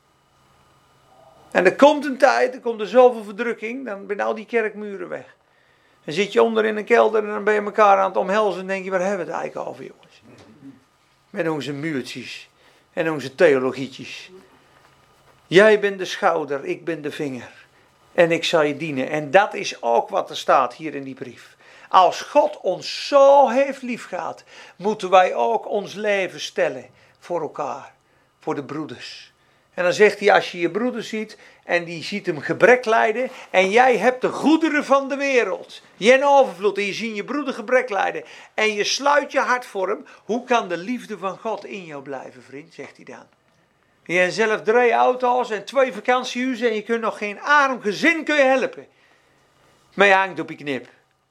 A: En er komt een tijd, er komt er zoveel verdrukking, dan zijn al die kerkmuren weg. Dan zit je onder in een kelder en dan ben je elkaar aan het omhelzen en denk je, waar hebben we het eigenlijk over, jongens? Met onze muurtjes en onze theologietjes. Jij bent de schouder, ik ben de vinger. En ik zal je dienen. En dat is ook wat er staat hier in die brief. Als God ons zo heeft liefgehad, moeten wij ook ons leven stellen voor elkaar. Voor de broeders. En dan zegt hij, als je je broeder ziet en die ziet hem gebrek lijden en jij hebt de goederen van de wereld. Je hebt overvloed en je ziet je broeder gebrek lijden en je sluit je hart voor hem. Hoe kan de liefde van God in jou blijven, vriend, zegt hij dan. Je hebt zelf drie auto's en twee vakantiehuizen en je kunt nog geen arm gezin kun je helpen. Maar je hangt op je knip.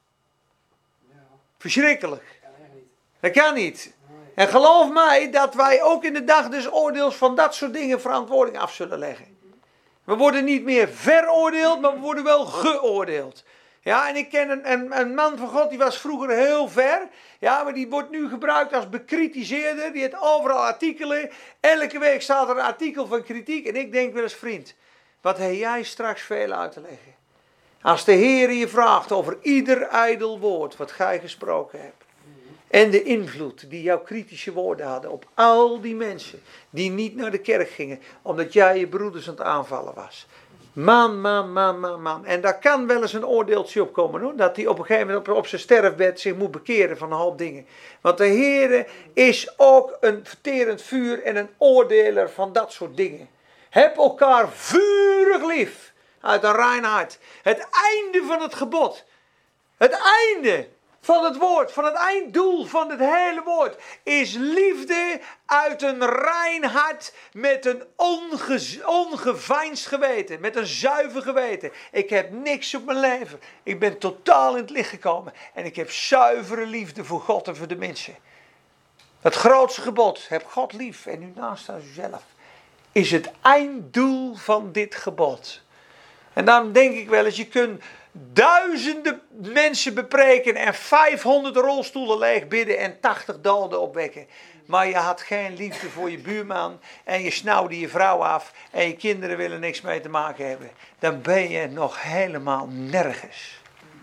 B: Ja,
A: Verschrikkelijk.
B: kan echt niet.
A: Dat kan niet. En geloof mij dat wij ook in de dag des oordeels van dat soort dingen verantwoording af zullen leggen. We worden niet meer veroordeeld, maar we worden wel geoordeeld. Ja, en ik ken een, een, een man van God, die was vroeger heel ver. Ja, maar die wordt nu gebruikt als bekritiseerder. Die heeft overal artikelen. Elke week staat er een artikel van kritiek. En ik denk wel eens, vriend, wat heb jij straks veel uit te leggen? Als de Heer je vraagt over ieder ijdel woord wat gij gesproken hebt. En de invloed die jouw kritische woorden hadden op al die mensen die niet naar de kerk gingen. Omdat jij je broeders aan het aanvallen was. Man, man, man, man, man. En daar kan wel eens een oordeeltje op komen hoor. Dat hij op een gegeven moment op, op zijn sterfbed zich moet bekeren van een hoop dingen. Want de Heer is ook een verterend vuur en een oordeler van dat soort dingen. Heb elkaar vurig lief. Uit een rein hart. Het einde van het gebod. Het einde van het woord. Van het einddoel van het hele woord. Is liefde uit een rein hart. Met een onge, ongeveinsd geweten. Met een zuiver geweten. Ik heb niks op mijn leven. Ik ben totaal in het licht gekomen. En ik heb zuivere liefde voor God en voor de mensen. Het grootste gebod. Heb God lief en u naast als uzelf. Is het einddoel van dit gebod. En daarom denk ik wel eens, je kunt duizenden mensen bepreken en vijfhonderd rolstoelen leeg bidden en tachtig doden opwekken. Maar je had geen liefde voor je buurman en je snauwde je vrouw af en je kinderen willen niks mee te maken hebben. Dan ben je nog helemaal nergens.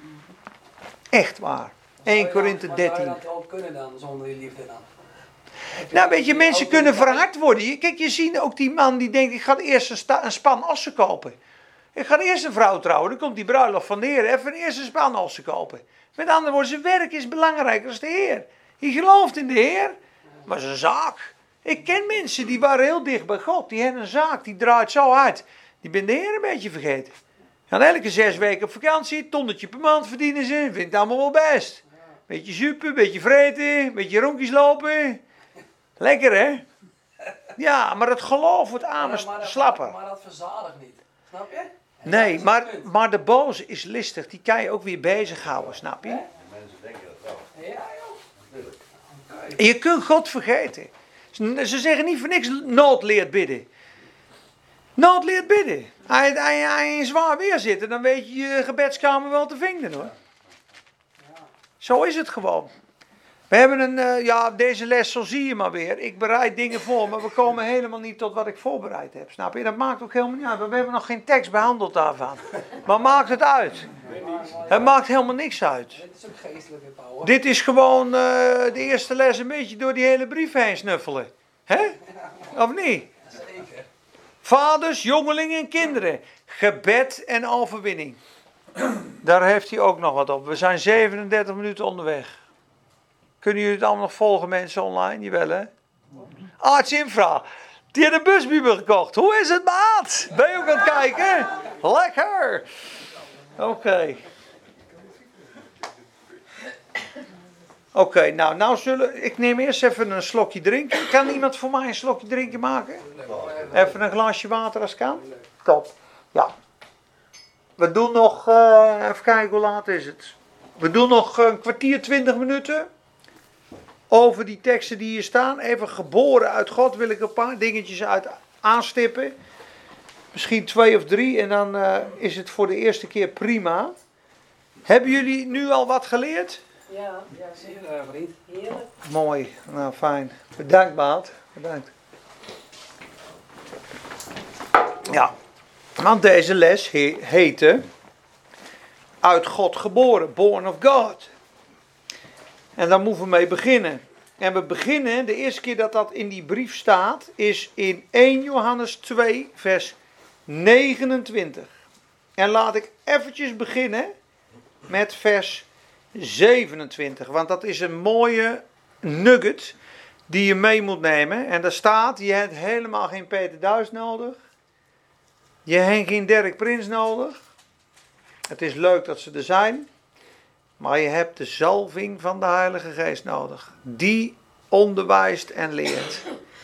A: Echt waar. Eerste Korinthe dertien.
B: Zou je dat ook kunnen dan, zonder die liefde dan?
A: Nou, weet je, mensen kunnen verhard worden. Kijk, je ziet ook die man die denkt, ik ga eerst een, sta, een span ossen kopen. Ik ga eerst een vrouw trouwen, dan komt die bruiloft van de Heer. Even eerst een span ossen kopen. Met andere woorden, zijn werk is belangrijker dan de Heer. Je gelooft in de Heer, maar zijn zaak. Ik ken mensen die waren heel dicht bij God. Die hebben een zaak, die draait zo hard. Die ben de Heer een beetje vergeten. Gaan elke zes weken op vakantie, tonnetje per maand verdienen ze. Vindt het allemaal wel best. Beetje zuipen, beetje vreten, beetje rondjes lopen. Lekker, hè? Ja, maar het geloof wordt aan
B: Maar, maar,
A: slapper.
B: maar, maar dat verzadigt niet. Snap je? En dat
A: Nee,
B: is
A: maar,
B: het punt.
A: maar de boze is listig. Die kan je ook weer bezighouden, snap je?
C: Mensen denken dat wel.
B: Ja, joh.
C: Natuurlijk.
B: Oké.
A: En je kunt God vergeten. Ze ze zeggen niet voor niks nood leert bidden. Nood leert bidden. Als je- als je als je in zwaar weer zit, dan weet je je gebedskamer wel te vinden, hoor. Zo is het gewoon. We hebben een, uh, ja, deze les, zo zie je maar weer. Ik bereid dingen voor, maar we komen helemaal niet tot wat ik voorbereid heb. Snap je? Dat maakt ook helemaal niet uit. We hebben nog geen tekst behandeld daarvan. Maar maakt het uit? Het maakt helemaal niks uit.
B: Dit is ook geestelijke power.
A: Dit is gewoon uh, de eerste les een beetje door die hele brief heen snuffelen. Hè? Of niet?
B: Zeker.
A: Vaders, jongelingen en kinderen. Gebed en overwinning. Daar heeft hij ook nog wat op. We zijn zevenendertig minuten onderweg. Kunnen jullie het allemaal nog volgen, mensen online? Jawel, hè? Arts Infra. Die heeft een busbibel gekocht. Hoe is het, maat? Ben je ook aan het kijken? Lekker. Oké. Okay. Oké, okay, nou, nou zullen... Ik neem eerst even een slokje drinken. Kan iemand voor mij een slokje drinken maken? Even een glaasje water als kan? Top. Ja. We doen nog... Uh, even kijken, hoe laat is het? We doen nog een kwartier, twintig minuten. Over die teksten die hier staan. Even geboren uit God wil ik een paar dingetjes uit aanstippen. Misschien twee of drie en dan uh, is het voor de eerste keer prima. Hebben jullie nu al wat geleerd?
B: Ja, ja zeker, uh, vriend. Heerlijk.
A: Mooi, nou fijn. Bedankt, maat. Bedankt. Ja, want deze les he- heette Uit God geboren, born of God. En daar moeten we mee beginnen. En we beginnen, de eerste keer dat dat in die brief staat, is in eerste Johannes twee, vers negenentwintig. En laat ik eventjes beginnen met vers zevenentwintig. Want dat is een mooie nugget die je mee moet nemen. En daar staat, je hebt helemaal geen Peter Duis nodig. Je hebt geen Dirk Prins nodig. Het is leuk dat ze er zijn. Maar je hebt de zalving van de Heilige Geest nodig. Die onderwijst en leert.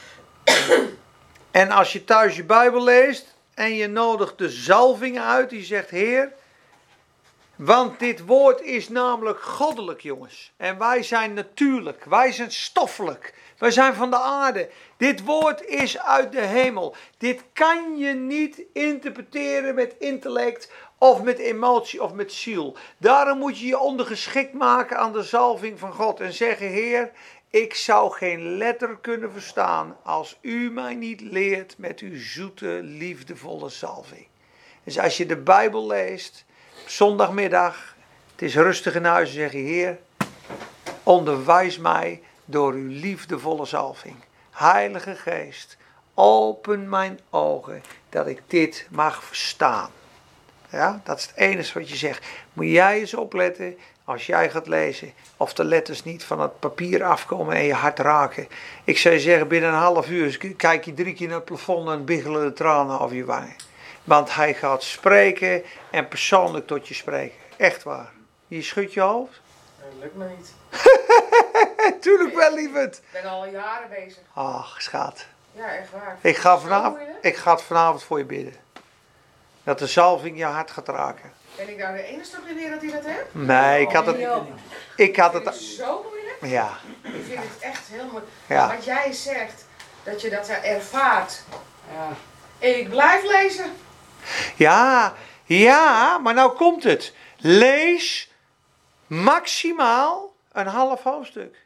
A: En als je thuis je Bijbel leest en je nodigt de zalving uit. Die zegt, Heer, want dit woord is namelijk goddelijk, jongens. En wij zijn natuurlijk, wij zijn stoffelijk. Wij zijn van de aarde. Dit woord is uit de hemel. Dit kan je niet interpreteren met intellect of met emotie of met ziel. Daarom moet je je ondergeschikt maken aan de zalving van God. En zeggen, Heer, ik zou geen letter kunnen verstaan als u mij niet leert met uw zoete, liefdevolle zalving. Dus als je de Bijbel leest, op zondagmiddag, het is rustig in huis, zeg je, Heer, onderwijs mij door uw liefdevolle zalving. Heilige Geest, open mijn ogen, dat ik dit mag verstaan. Ja, dat is het enige wat je zegt. Moet jij eens opletten, Als jij gaat lezen, of de letters niet van het papier afkomen en je hart raken. Ik zou je zeggen, binnen een half uur kijk je drie keer naar het plafond en biggelen de tranen over je wangen. Want hij gaat spreken en persoonlijk tot je spreken. Echt waar. Je schudt je hoofd?
B: Dat lukt me niet.
A: Tuurlijk wel, lieverd.
B: Ik ben al jaren bezig.
A: Ach, schat.
B: Ja, echt waar.
A: Ik ga,
B: Zo
A: vanavond,
B: moeilijk.
A: ik ga het vanavond voor je bidden. Dat de zalving je hart gaat raken.
B: Ben ik nou de enige op de wereld die dat heeft?
A: Nee, ik had het... Ik had
B: Ik vind het
A: het...
B: zo moeilijk.
A: Ja,
B: Ik vind het echt heel moeilijk.
A: ja.
B: Wat jij zegt, dat je dat ervaart.
C: Ja.
B: En ik blijf lezen.
A: Ja, ja, maar nou komt het. Lees maximaal een half hoofdstuk.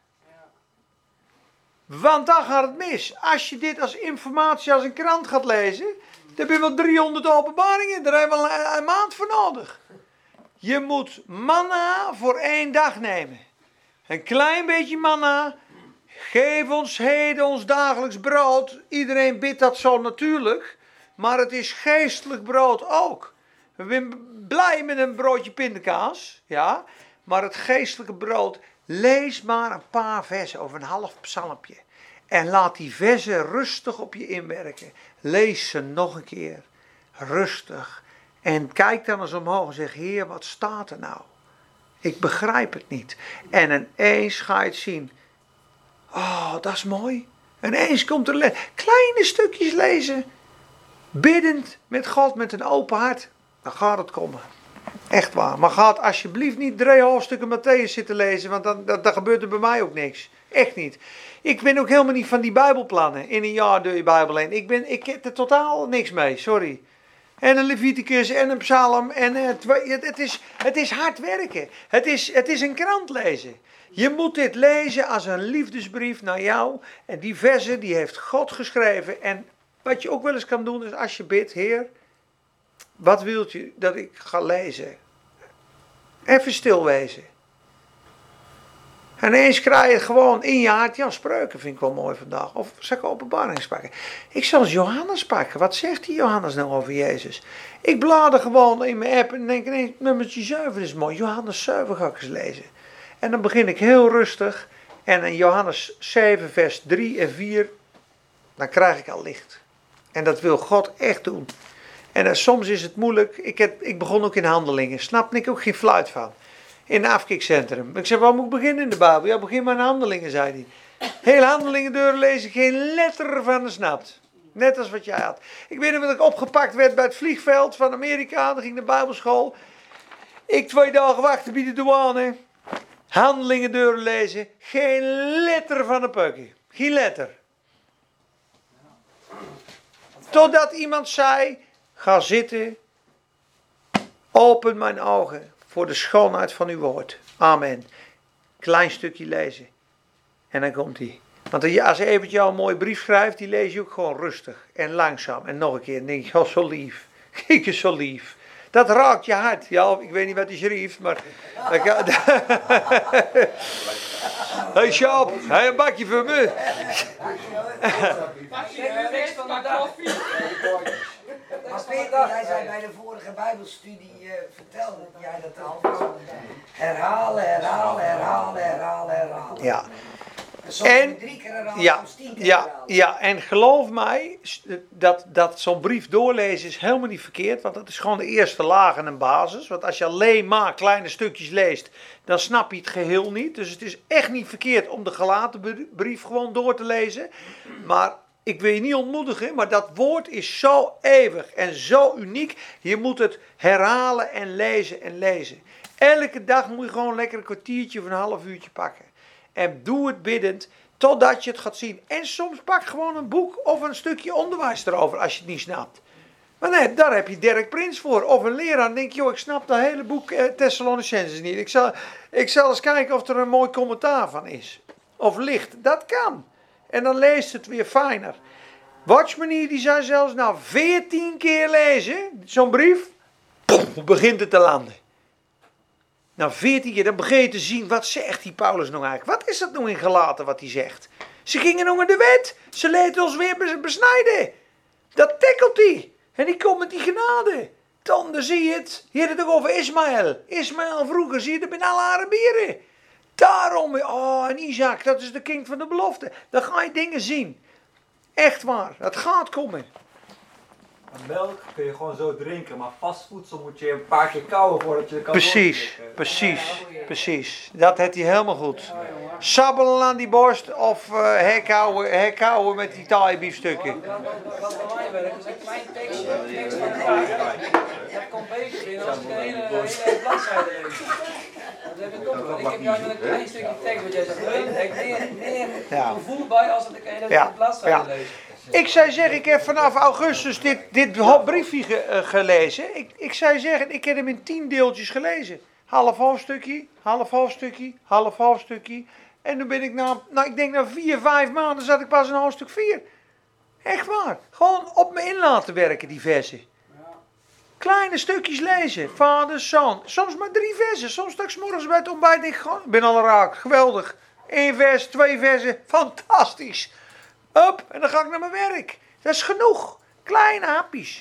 A: Want dan gaat het mis. Als je dit als informatie als een krant gaat lezen, dan heb je wel driehonderd openbaringen. Daar heb je wel een, een maand voor nodig. Je moet manna voor één dag nemen. Een klein beetje manna. Geef ons heden ons dagelijks brood. Iedereen bidt dat zo natuurlijk. Maar het is geestelijk brood ook. We zijn blij met een broodje pindakaas. Ja. Maar het geestelijke brood. Lees maar een paar versen of een half psalmpje. En laat die versen rustig op je inwerken. Lees ze nog een keer. Rustig. En kijk dan eens omhoog en zeg, Heer, wat staat er nou? Ik begrijp het niet. En ineens ga je het zien. Oh, dat is mooi. En ineens komt er le- kleine stukjes lezen. Biddend met God met een open hart. Dan gaat het komen. Echt waar. Maar ga alsjeblieft niet drie hoofdstukken Matthäus zitten lezen. Want dan, dan, dan gebeurt er bij mij ook niks. Echt niet. Ik ben ook helemaal niet van die bijbelplannen. In een jaar door je bijbel heen. Ik, ben, ik heb er totaal niks mee. Sorry. En een Leviticus en een psalm. En het, het, is, het is hard werken. Het is, het is een krant lezen. Je moet dit lezen als een liefdesbrief naar jou. En die versen die heeft God geschreven. En wat je ook wel eens kan doen is als je bidt. Heer, wat wilt u dat ik ga lezen? Even stilwezen. En ineens krijg je gewoon in je hart. Ja, spreuken vind ik wel mooi vandaag. Of zal ik openbaring pakken? Ik zal eens Johannes pakken. Wat zegt die Johannes nou over Jezus? Ik blader gewoon in mijn app en denk ineens, nummertje zeven is mooi. Johannes zeven ga ik eens lezen. En dan begin ik heel rustig. En in Johannes zeven vers drie en vier. Dan krijg ik al licht. En dat wil God echt doen. En uh, soms is het moeilijk. Ik, heb, ik begon ook in Handelingen. Snap ik ook geen fluit van. In het afkikcentrum. Ik zei, waar moet ik beginnen in de Bijbel? Ja, begin maar in Handelingen, zei hij. Heel Handelingen doorlezen, geen letter van de snapt. Net als wat jij had. Ik weet nog dat ik opgepakt werd bij het vliegveld van Amerika. Dan ging de Bijbelschool. Ik twee dagen wachten bij de douane. Handelingen doorlezen. Geen letter van een pukkie. Geen letter. Totdat iemand zei, ga zitten. Open mijn ogen voor de schoonheid van uw woord. Amen. Klein stukje lezen. En dan komt hij. Want als hij eventjes jou een mooie brief schrijft, die lees je ook gewoon rustig en langzaam. En nog een keer, dan denk je, oh zo lief. Kijk eens zo lief. Dat raakt je hart. Ja, ik weet niet wat hij schreef, maar... Hey Sjaap, heb je een bakje voor me?
D: Maar Peter, jij zei bij de vorige Bijbelstudie, uh, vertelde jij dat al. Herhalen, herhalen, herhalen, herhalen, herhalen.
A: Ja.
D: Soms
A: En,
D: drie keer herhalen,
A: ja,
D: soms tien keer
A: ja,
D: herhalen.
A: ja, en geloof mij, dat, dat zo'n brief doorlezen is helemaal niet verkeerd. Want dat is gewoon de eerste laag en een basis. Want als je alleen maar kleine stukjes leest, dan snap je het geheel niet. Dus het is echt niet verkeerd om de gelaten brief gewoon door te lezen. Maar ik wil je niet ontmoedigen, maar dat woord is zo eeuwig en zo uniek. Je moet het herhalen en lezen en lezen. Elke dag moet je gewoon lekker een kwartiertje of een half uurtje pakken. En doe het biddend totdat je het gaat zien. En soms pak gewoon een boek of een stukje onderwijs erover als je het niet snapt. Maar nee, daar heb je Dirk Prins voor. Of een leraar. Dan denk je, joh, ik snap dat hele boek eh, Thessalonicenses niet. Ik zal, ik zal eens kijken of er een mooi commentaar van is. Of ligt. Dat kan. En dan leest het weer fijner. Watchman hier, die zei zelfs, nou veertien keer lezen, zo'n brief, poef, begint het te landen. Nou, veertien keer, dan begin je te zien, wat zegt die Paulus nou eigenlijk? Wat is dat nou in Galaten wat hij zegt? Ze gingen nog in de wet. Ze lieten ons weer besnijden. Dat tackelt hij. En die komt met die genade. dan zie je het. Je hebt het ook over Ismaël. Ismaël vroeger, zie je het bij alle Arabieren. Daarom, oh, en Isaac, dat is de kind van de belofte. Dan ga je dingen zien. Echt waar, dat gaat komen.
E: Melk kun je gewoon zo drinken, maar vast voedsel moet je een paar keer kauwen voordat je het kan
A: Precies,
E: doordrinken.
A: precies, precies. Dat heeft hij helemaal goed. Sabbelen aan die borst of uh, hekkauwen, hekkauwen met die taaibiefstukken.
B: Wat wat bij mij werkt, is een klein tekstje, tekst van de vraag. Dat komt beter binnen als ik de hele, hele bladzijde lees. Dat heb ik ook wel. Ik heb juist met een klein stukje tekst, wat jij zegt, daar heb ik meer, meer
A: Ja.
B: gevoel bij als dat ik een hele
A: Ja,
B: bladzijde
A: ja.
B: lees.
A: Ik zou zeggen, ik heb vanaf augustus dit, dit ho- briefje ge- uh, gelezen. Ik, ik zou zeggen, ik heb hem in tien deeltjes gelezen. Half hoofdstukje, half hoofdstukje, half hoofdstukje. En toen ben ik na, nou ik denk na vier, vijf maanden zat ik pas in hoofdstuk vier. Echt waar. Gewoon op me in laten werken, die versen. Kleine stukjes lezen. Vader, zoon. Soms maar drie versen. Soms sta ik 's morgens bij het ontbijt en denk ik gewoon, ik ben al raak. Geweldig. Eén vers, twee versen. Fantastisch. Hup, en dan ga ik naar mijn werk. Dat is genoeg. Kleine hapjes.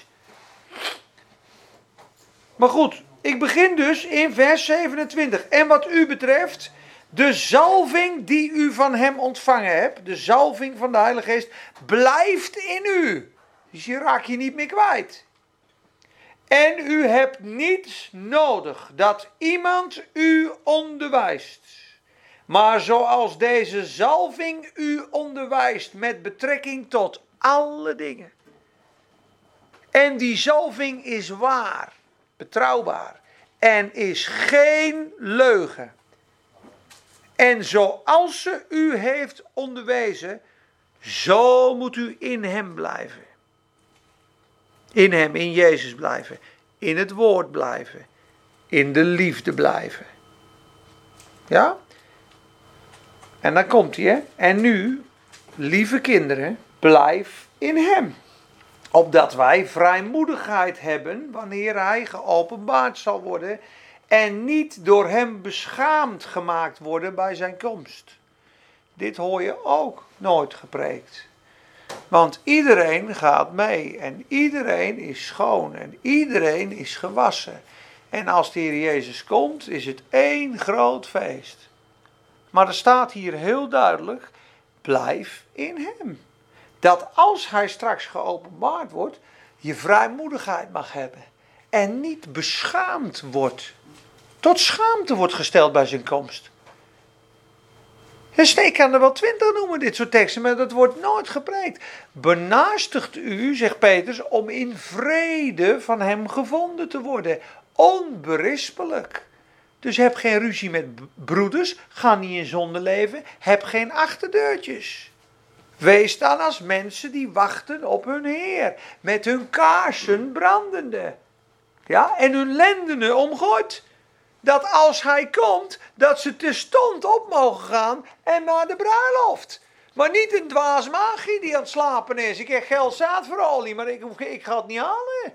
A: Maar goed, ik begin dus in vers zevenentwintig. En wat u betreft, de zalving die u van hem ontvangen hebt, de zalving van de Heilige Geest, blijft in u. Dus je raak je niet meer kwijt. En u hebt niets nodig dat iemand u onderwijst. Maar zoals deze zalving u onderwijst met betrekking tot alle dingen. En die zalving is waar, betrouwbaar en is geen leugen. En zoals ze u heeft onderwezen, zo moet u in hem blijven. In hem, in Jezus blijven. In het woord blijven. In de liefde blijven. Ja? En dan komt hij, hè. En nu, lieve kinderen, blijf in hem. Opdat wij vrijmoedigheid hebben wanneer hij geopenbaard zal worden. En niet door hem beschaamd gemaakt worden bij zijn komst. Dit hoor je ook nooit gepreekt. Want iedereen gaat mee en iedereen is schoon en iedereen is gewassen. En als de Heer Jezus komt, is het één groot feest. Maar er staat hier heel duidelijk, blijf in hem. Dat als hij straks geopenbaard wordt, je vrijmoedigheid mag hebben. En niet beschaamd wordt. Tot schaamte wordt gesteld bij zijn komst. Dus ik kan er wel twintig noemen, dit soort teksten, maar dat wordt nooit gepreekt. Benaastigt u, zegt Petrus, om in vrede van hem gevonden te worden. Onberispelijk. Dus heb geen ruzie met broeders, ga niet in zonde leven, heb geen achterdeurtjes. Wees dan als mensen die wachten op hun Heer, met hun kaarsen brandende. Ja, en hun lendenen omgooid. Dat als hij komt, dat ze terstond op mogen gaan en naar de bruiloft. Maar niet een dwaas magie die aan het slapen is. Ik heb geld zaad voor olie, maar ik, ik ga het niet halen.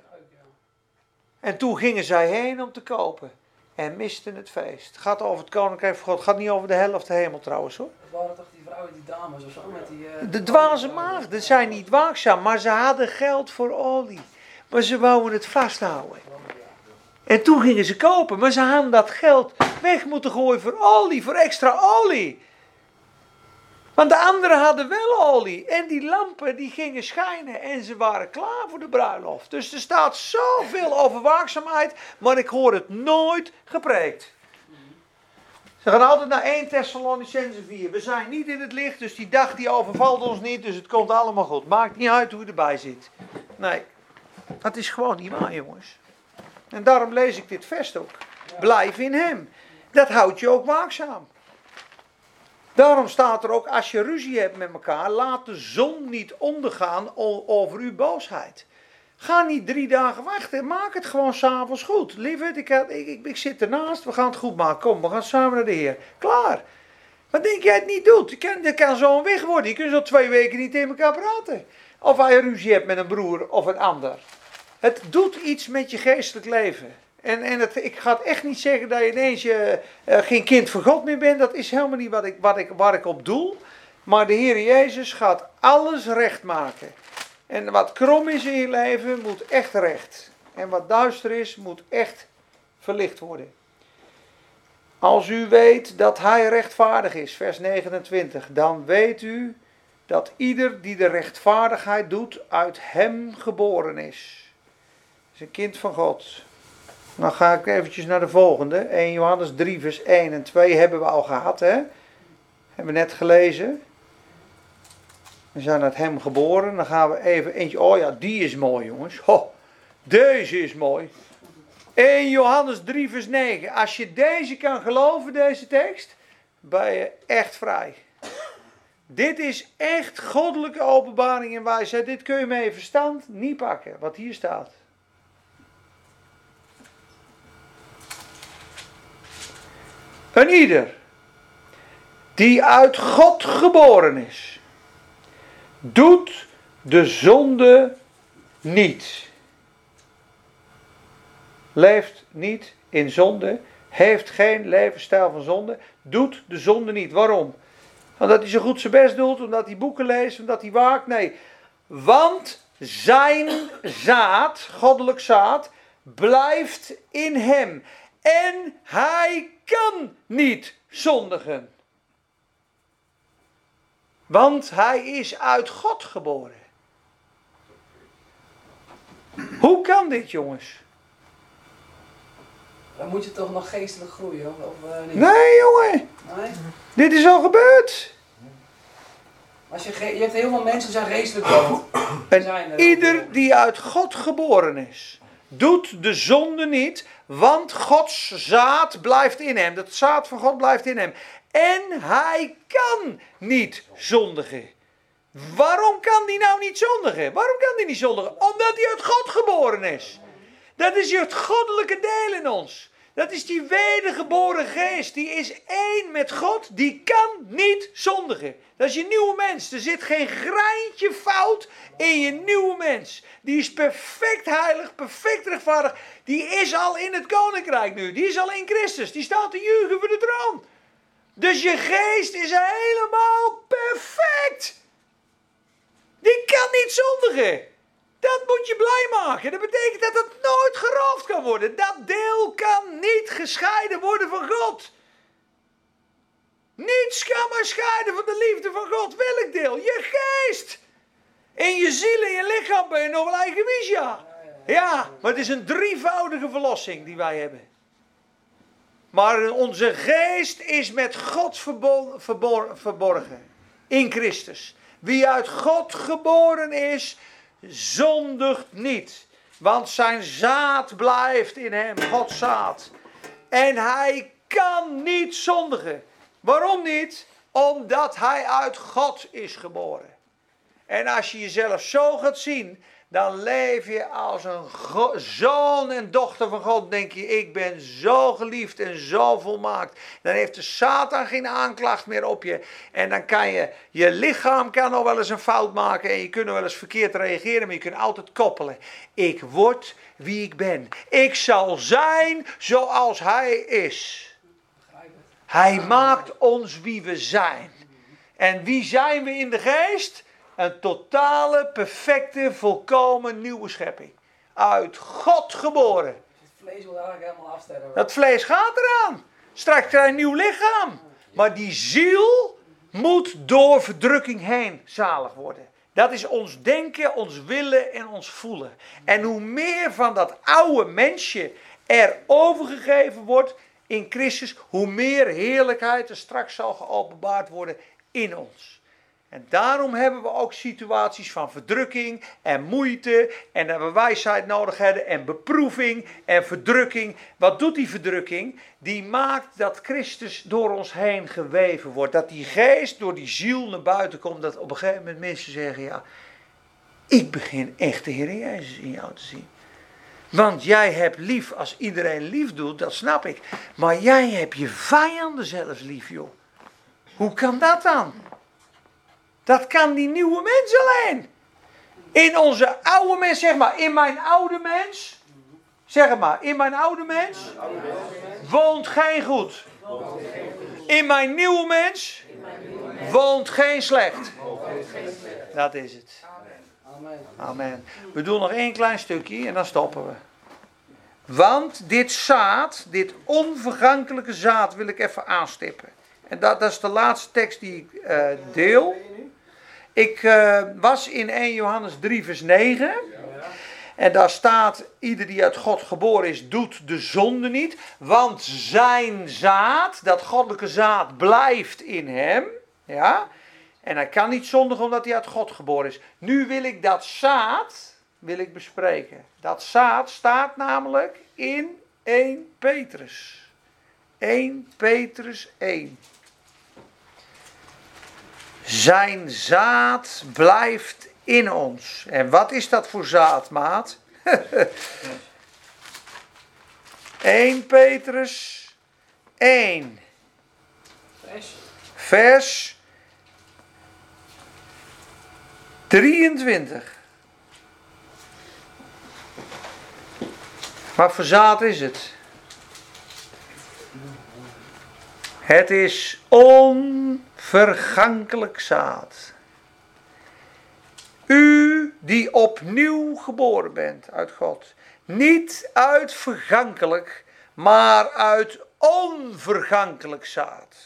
A: En toen gingen zij heen om te kopen. En misten het feest. Het gaat over het koninkrijk van God. Het gaat niet over de helft de hemel trouwens hoor.
B: Dat waren toch die vrouwen, die dames of zo met die... Uh,
A: De dwaze maagden zijn niet waakzaam, maar ze hadden geld voor olie. Maar ze wouden het vasthouden. En toen gingen ze kopen, maar ze hadden dat geld weg moeten gooien voor olie, voor extra olie. Want de anderen hadden wel olie. En die lampen die gingen schijnen en ze waren klaar voor de bruiloft. Dus er staat zoveel over waakzaamheid, maar ik hoor het nooit gepreekt. Ze gaan altijd naar eerste Thessalonicenzen vier. We zijn niet in het licht, dus die dag die overvalt ons niet, dus het komt allemaal goed. Maakt niet uit hoe je erbij zit. Nee, dat is gewoon niet waar, jongens. En daarom lees ik dit vers ook. Blijf in hem. Dat houdt je ook waakzaam. Daarom staat er ook, als je ruzie hebt met elkaar, laat de zon niet ondergaan over uw boosheid. Ga niet drie dagen wachten, maak het gewoon 's avonds goed. Lieverd, ik, ik, ik, ik zit ernaast, we gaan het goed maken. Kom, we gaan samen naar de Heer. Klaar. Wat denk jij het niet doet? Je kan, je kan zo een weg worden. Je kunt zo twee weken niet tegen elkaar praten. Of als je ruzie hebt met een broer of een ander. Het doet iets met je geestelijk leven. En, en het, ik ga het echt niet zeggen dat je ineens je, uh, geen kind van God meer bent. Dat is helemaal niet wat ik, wat ik, waar ik op doel. Maar de Heer Jezus gaat alles recht maken. En wat krom is in je leven, moet echt recht. En wat duister is, moet echt verlicht worden. Als u weet dat hij rechtvaardig is, vers negenentwintig, dan weet u dat ieder die de rechtvaardigheid doet, uit hem geboren is. Is een kind van God. Dan ga ik eventjes naar de volgende. eerste Johannes drie vers één en twee hebben we al gehad. Hè? Hebben we net gelezen. We zijn uit hem geboren. Dan gaan we even eentje. Oh ja, die is mooi jongens. Ho, deze is mooi. eerste Johannes drie vers negen. Als je deze kan geloven, deze tekst, ben je echt vrij. Dit is echt goddelijke openbaring en wijsheid. Dit kun je met je verstand niet pakken, wat hier staat. Een ieder die uit God geboren is, doet de zonde niet. Leeft niet in zonde, heeft geen levensstijl van zonde, doet de zonde niet. Waarom? Omdat hij zo goed zijn best doet, omdat hij boeken leest, omdat hij waakt. Nee, want zijn zaad, goddelijk zaad, blijft in hem. En hij kan niet zondigen. Want hij is uit God geboren. Hoe kan dit, jongens?
B: Dan moet je toch nog geestelijk groeien, of, of uh, niet?
A: Nee, jongen.
B: Nee?
A: Dit is al gebeurd.
B: Als je, ge- je hebt heel veel mensen die zijn geestelijk dood.
A: En
B: Zijn er
A: ieder
B: ook.
A: die uit God geboren is, doet de zonde niet, want Gods zaad blijft in hem. Dat zaad van God blijft in hem. En hij kan niet zondigen. Waarom kan hij nou niet zondigen? Waarom kan hij niet zondigen? Omdat hij uit God geboren is. Dat is het goddelijke deel in ons. Dat is die wedergeboren geest. Die is één met God. Die kan niet zondigen. Dat is je nieuwe mens. Er zit geen greintje fout in je nieuwe mens. Die is perfect heilig, perfect rechtvaardig. Die is al in het koninkrijk nu. Die is al in Christus. Die staat te juichen voor de troon. Dus je geest is helemaal perfect. Die kan niet zondigen. Dat moet je blij maken. Dat betekent dat het nooit geroofd kan worden. Dat deel kan niet gescheiden worden van God. Niets kan maar scheiden van de liefde van God. Welk deel? Je geest. In je ziel en je lichaam ben je nog wel eigen mis, ja. Ja, maar het is een drievoudige verlossing die wij hebben. Maar onze geest is met God verbo- verbor- verborgen. In Christus. Wie uit God geboren is, zondigt niet. Want zijn zaad blijft in hem. Gods zaad. En hij kan niet zondigen. Waarom niet? Omdat hij uit God is geboren. En als je jezelf zo gaat zien, dan leef je als een go- zoon en dochter van God. Denk je, ik ben zo geliefd en zo volmaakt. Dan heeft de Satan geen aanklacht meer op je. En dan kan je, je lichaam kan nog wel eens een fout maken. En je kunt nog wel eens verkeerd reageren. Maar je kunt altijd koppelen. Ik word wie ik ben. Ik zal zijn zoals hij is. Hij maakt ons wie we zijn. En wie zijn we in de geest? Een totale, perfecte, volkomen nieuwe schepping. Uit God geboren.
B: Het vlees wil eigenlijk helemaal afsterven.
A: Dat vlees gaat eraan. Straks krijg je een nieuw lichaam. Maar die ziel moet door verdrukking heen zalig worden. Dat is ons denken, ons willen en ons voelen. En hoe meer van dat oude mensje er overgegeven wordt in Christus, hoe meer heerlijkheid er straks zal geopenbaard worden in ons. En daarom hebben we ook situaties van verdrukking en moeite en dat we wijsheid nodig hebben en beproeving en verdrukking. Wat doet die verdrukking? Die maakt dat Christus door ons heen geweven wordt. Dat die geest door die ziel naar buiten komt. Dat op een gegeven moment mensen zeggen, ja, ik begin echt de Heer Jezus in jou te zien. Want jij hebt lief als iedereen lief doet, dat snap ik. Maar jij hebt je vijanden zelfs lief, joh. Hoe kan dat dan? Dat kan die nieuwe mens alleen. In onze oude mens, zeg maar, in mijn oude mens. Zeg het maar, in mijn oude mens woont geen goed. In mijn nieuwe mens woont geen slecht. Dat is het.
B: Amen.
A: Amen. We doen nog één klein stukje en dan stoppen we. Want dit zaad, dit onvergankelijke zaad wil ik even aanstippen. En dat, dat is de laatste tekst die ik uh, deel. Ik uh, was in eerste Johannes drie vers negen. En daar staat, ieder die uit God geboren is, doet de zonde niet. Want zijn zaad, dat goddelijke zaad, blijft in hem. Ja. En hij kan niet zondigen omdat hij uit God geboren is. Nu wil ik dat zaad, wil ik bespreken. Dat zaad staat namelijk in eerste Petrus. eerste Petrus één. Zijn zaad blijft in ons. En wat is dat voor zaad, maat? eerste Petrus één.
B: Vers.
A: Vers drieëntwintig. Wat voor zaad is het? Het is onvergankelijk zaad. U die opnieuw geboren bent uit God. Niet uit vergankelijk, maar uit onvergankelijk zaad.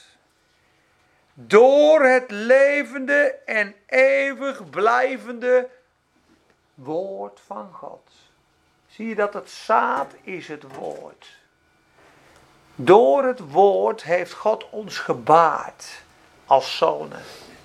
A: Door het levende en eeuwig blijvende woord van God. Zie je dat het zaad is het woord. Door het woord heeft God ons gebaard als zonen.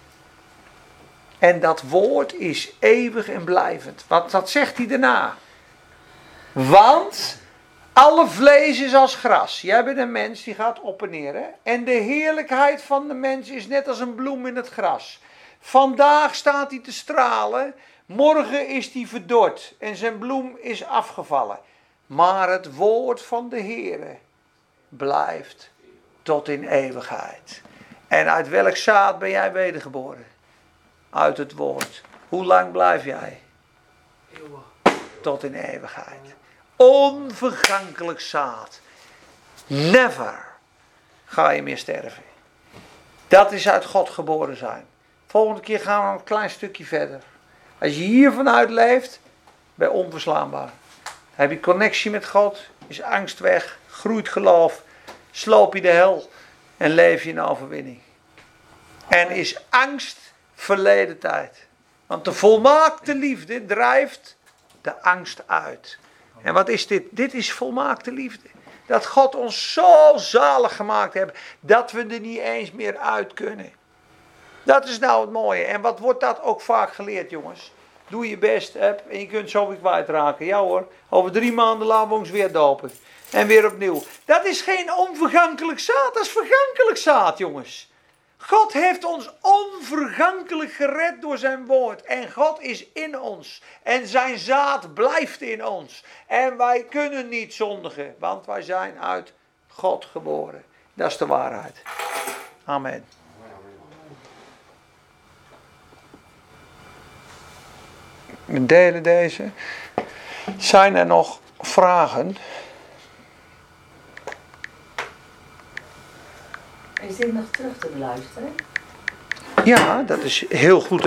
A: En dat woord is eeuwig en blijvend. Wat, wat zegt hij daarna? Want alle vlees is als gras. Jij bent een mens die gaat op en neer. Hè? En de heerlijkheid van de mens is net als een bloem in het gras. Vandaag staat hij te stralen. Morgen is hij verdord. En zijn bloem is afgevallen. Maar het woord van de Heere blijft tot in eeuwigheid. En uit welk zaad ben jij wedergeboren? Uit het woord. Hoe lang blijf jij?
B: Eeuwig.
A: Tot in eeuwigheid. Onvergankelijk zaad. Never ga je meer sterven. Dat is uit God geboren zijn. Volgende keer gaan we een klein stukje verder. Als je hier vanuit leeft, ben je onverslaanbaar. Heb je connectie met God, is angst weg, groeit geloof, sloop je de hel en leef je in overwinning. En is angst verleden tijd. Want de volmaakte liefde drijft de angst uit. En wat is dit? Dit is volmaakte liefde. Dat God ons zo zalig gemaakt heeft, dat we er niet eens meer uit kunnen. Dat is nou het mooie. En wat wordt dat ook vaak geleerd, jongens? Doe je best, hè, en je kunt zo weer kwijtraken. Ja hoor, over drie maanden laten we ons weer dopen. En weer opnieuw. Dat is geen onvergankelijk zaad, dat is vergankelijk zaad, jongens. God heeft ons onvergankelijk gered door zijn woord. En God is in ons. En zijn zaad blijft in ons. En wij kunnen niet zondigen, want wij zijn uit God geboren. Dat is de waarheid. Amen. We delen deze. Zijn er nog vragen?
F: Is dit nog terug te beluisteren?
A: Ja, dat is heel goed.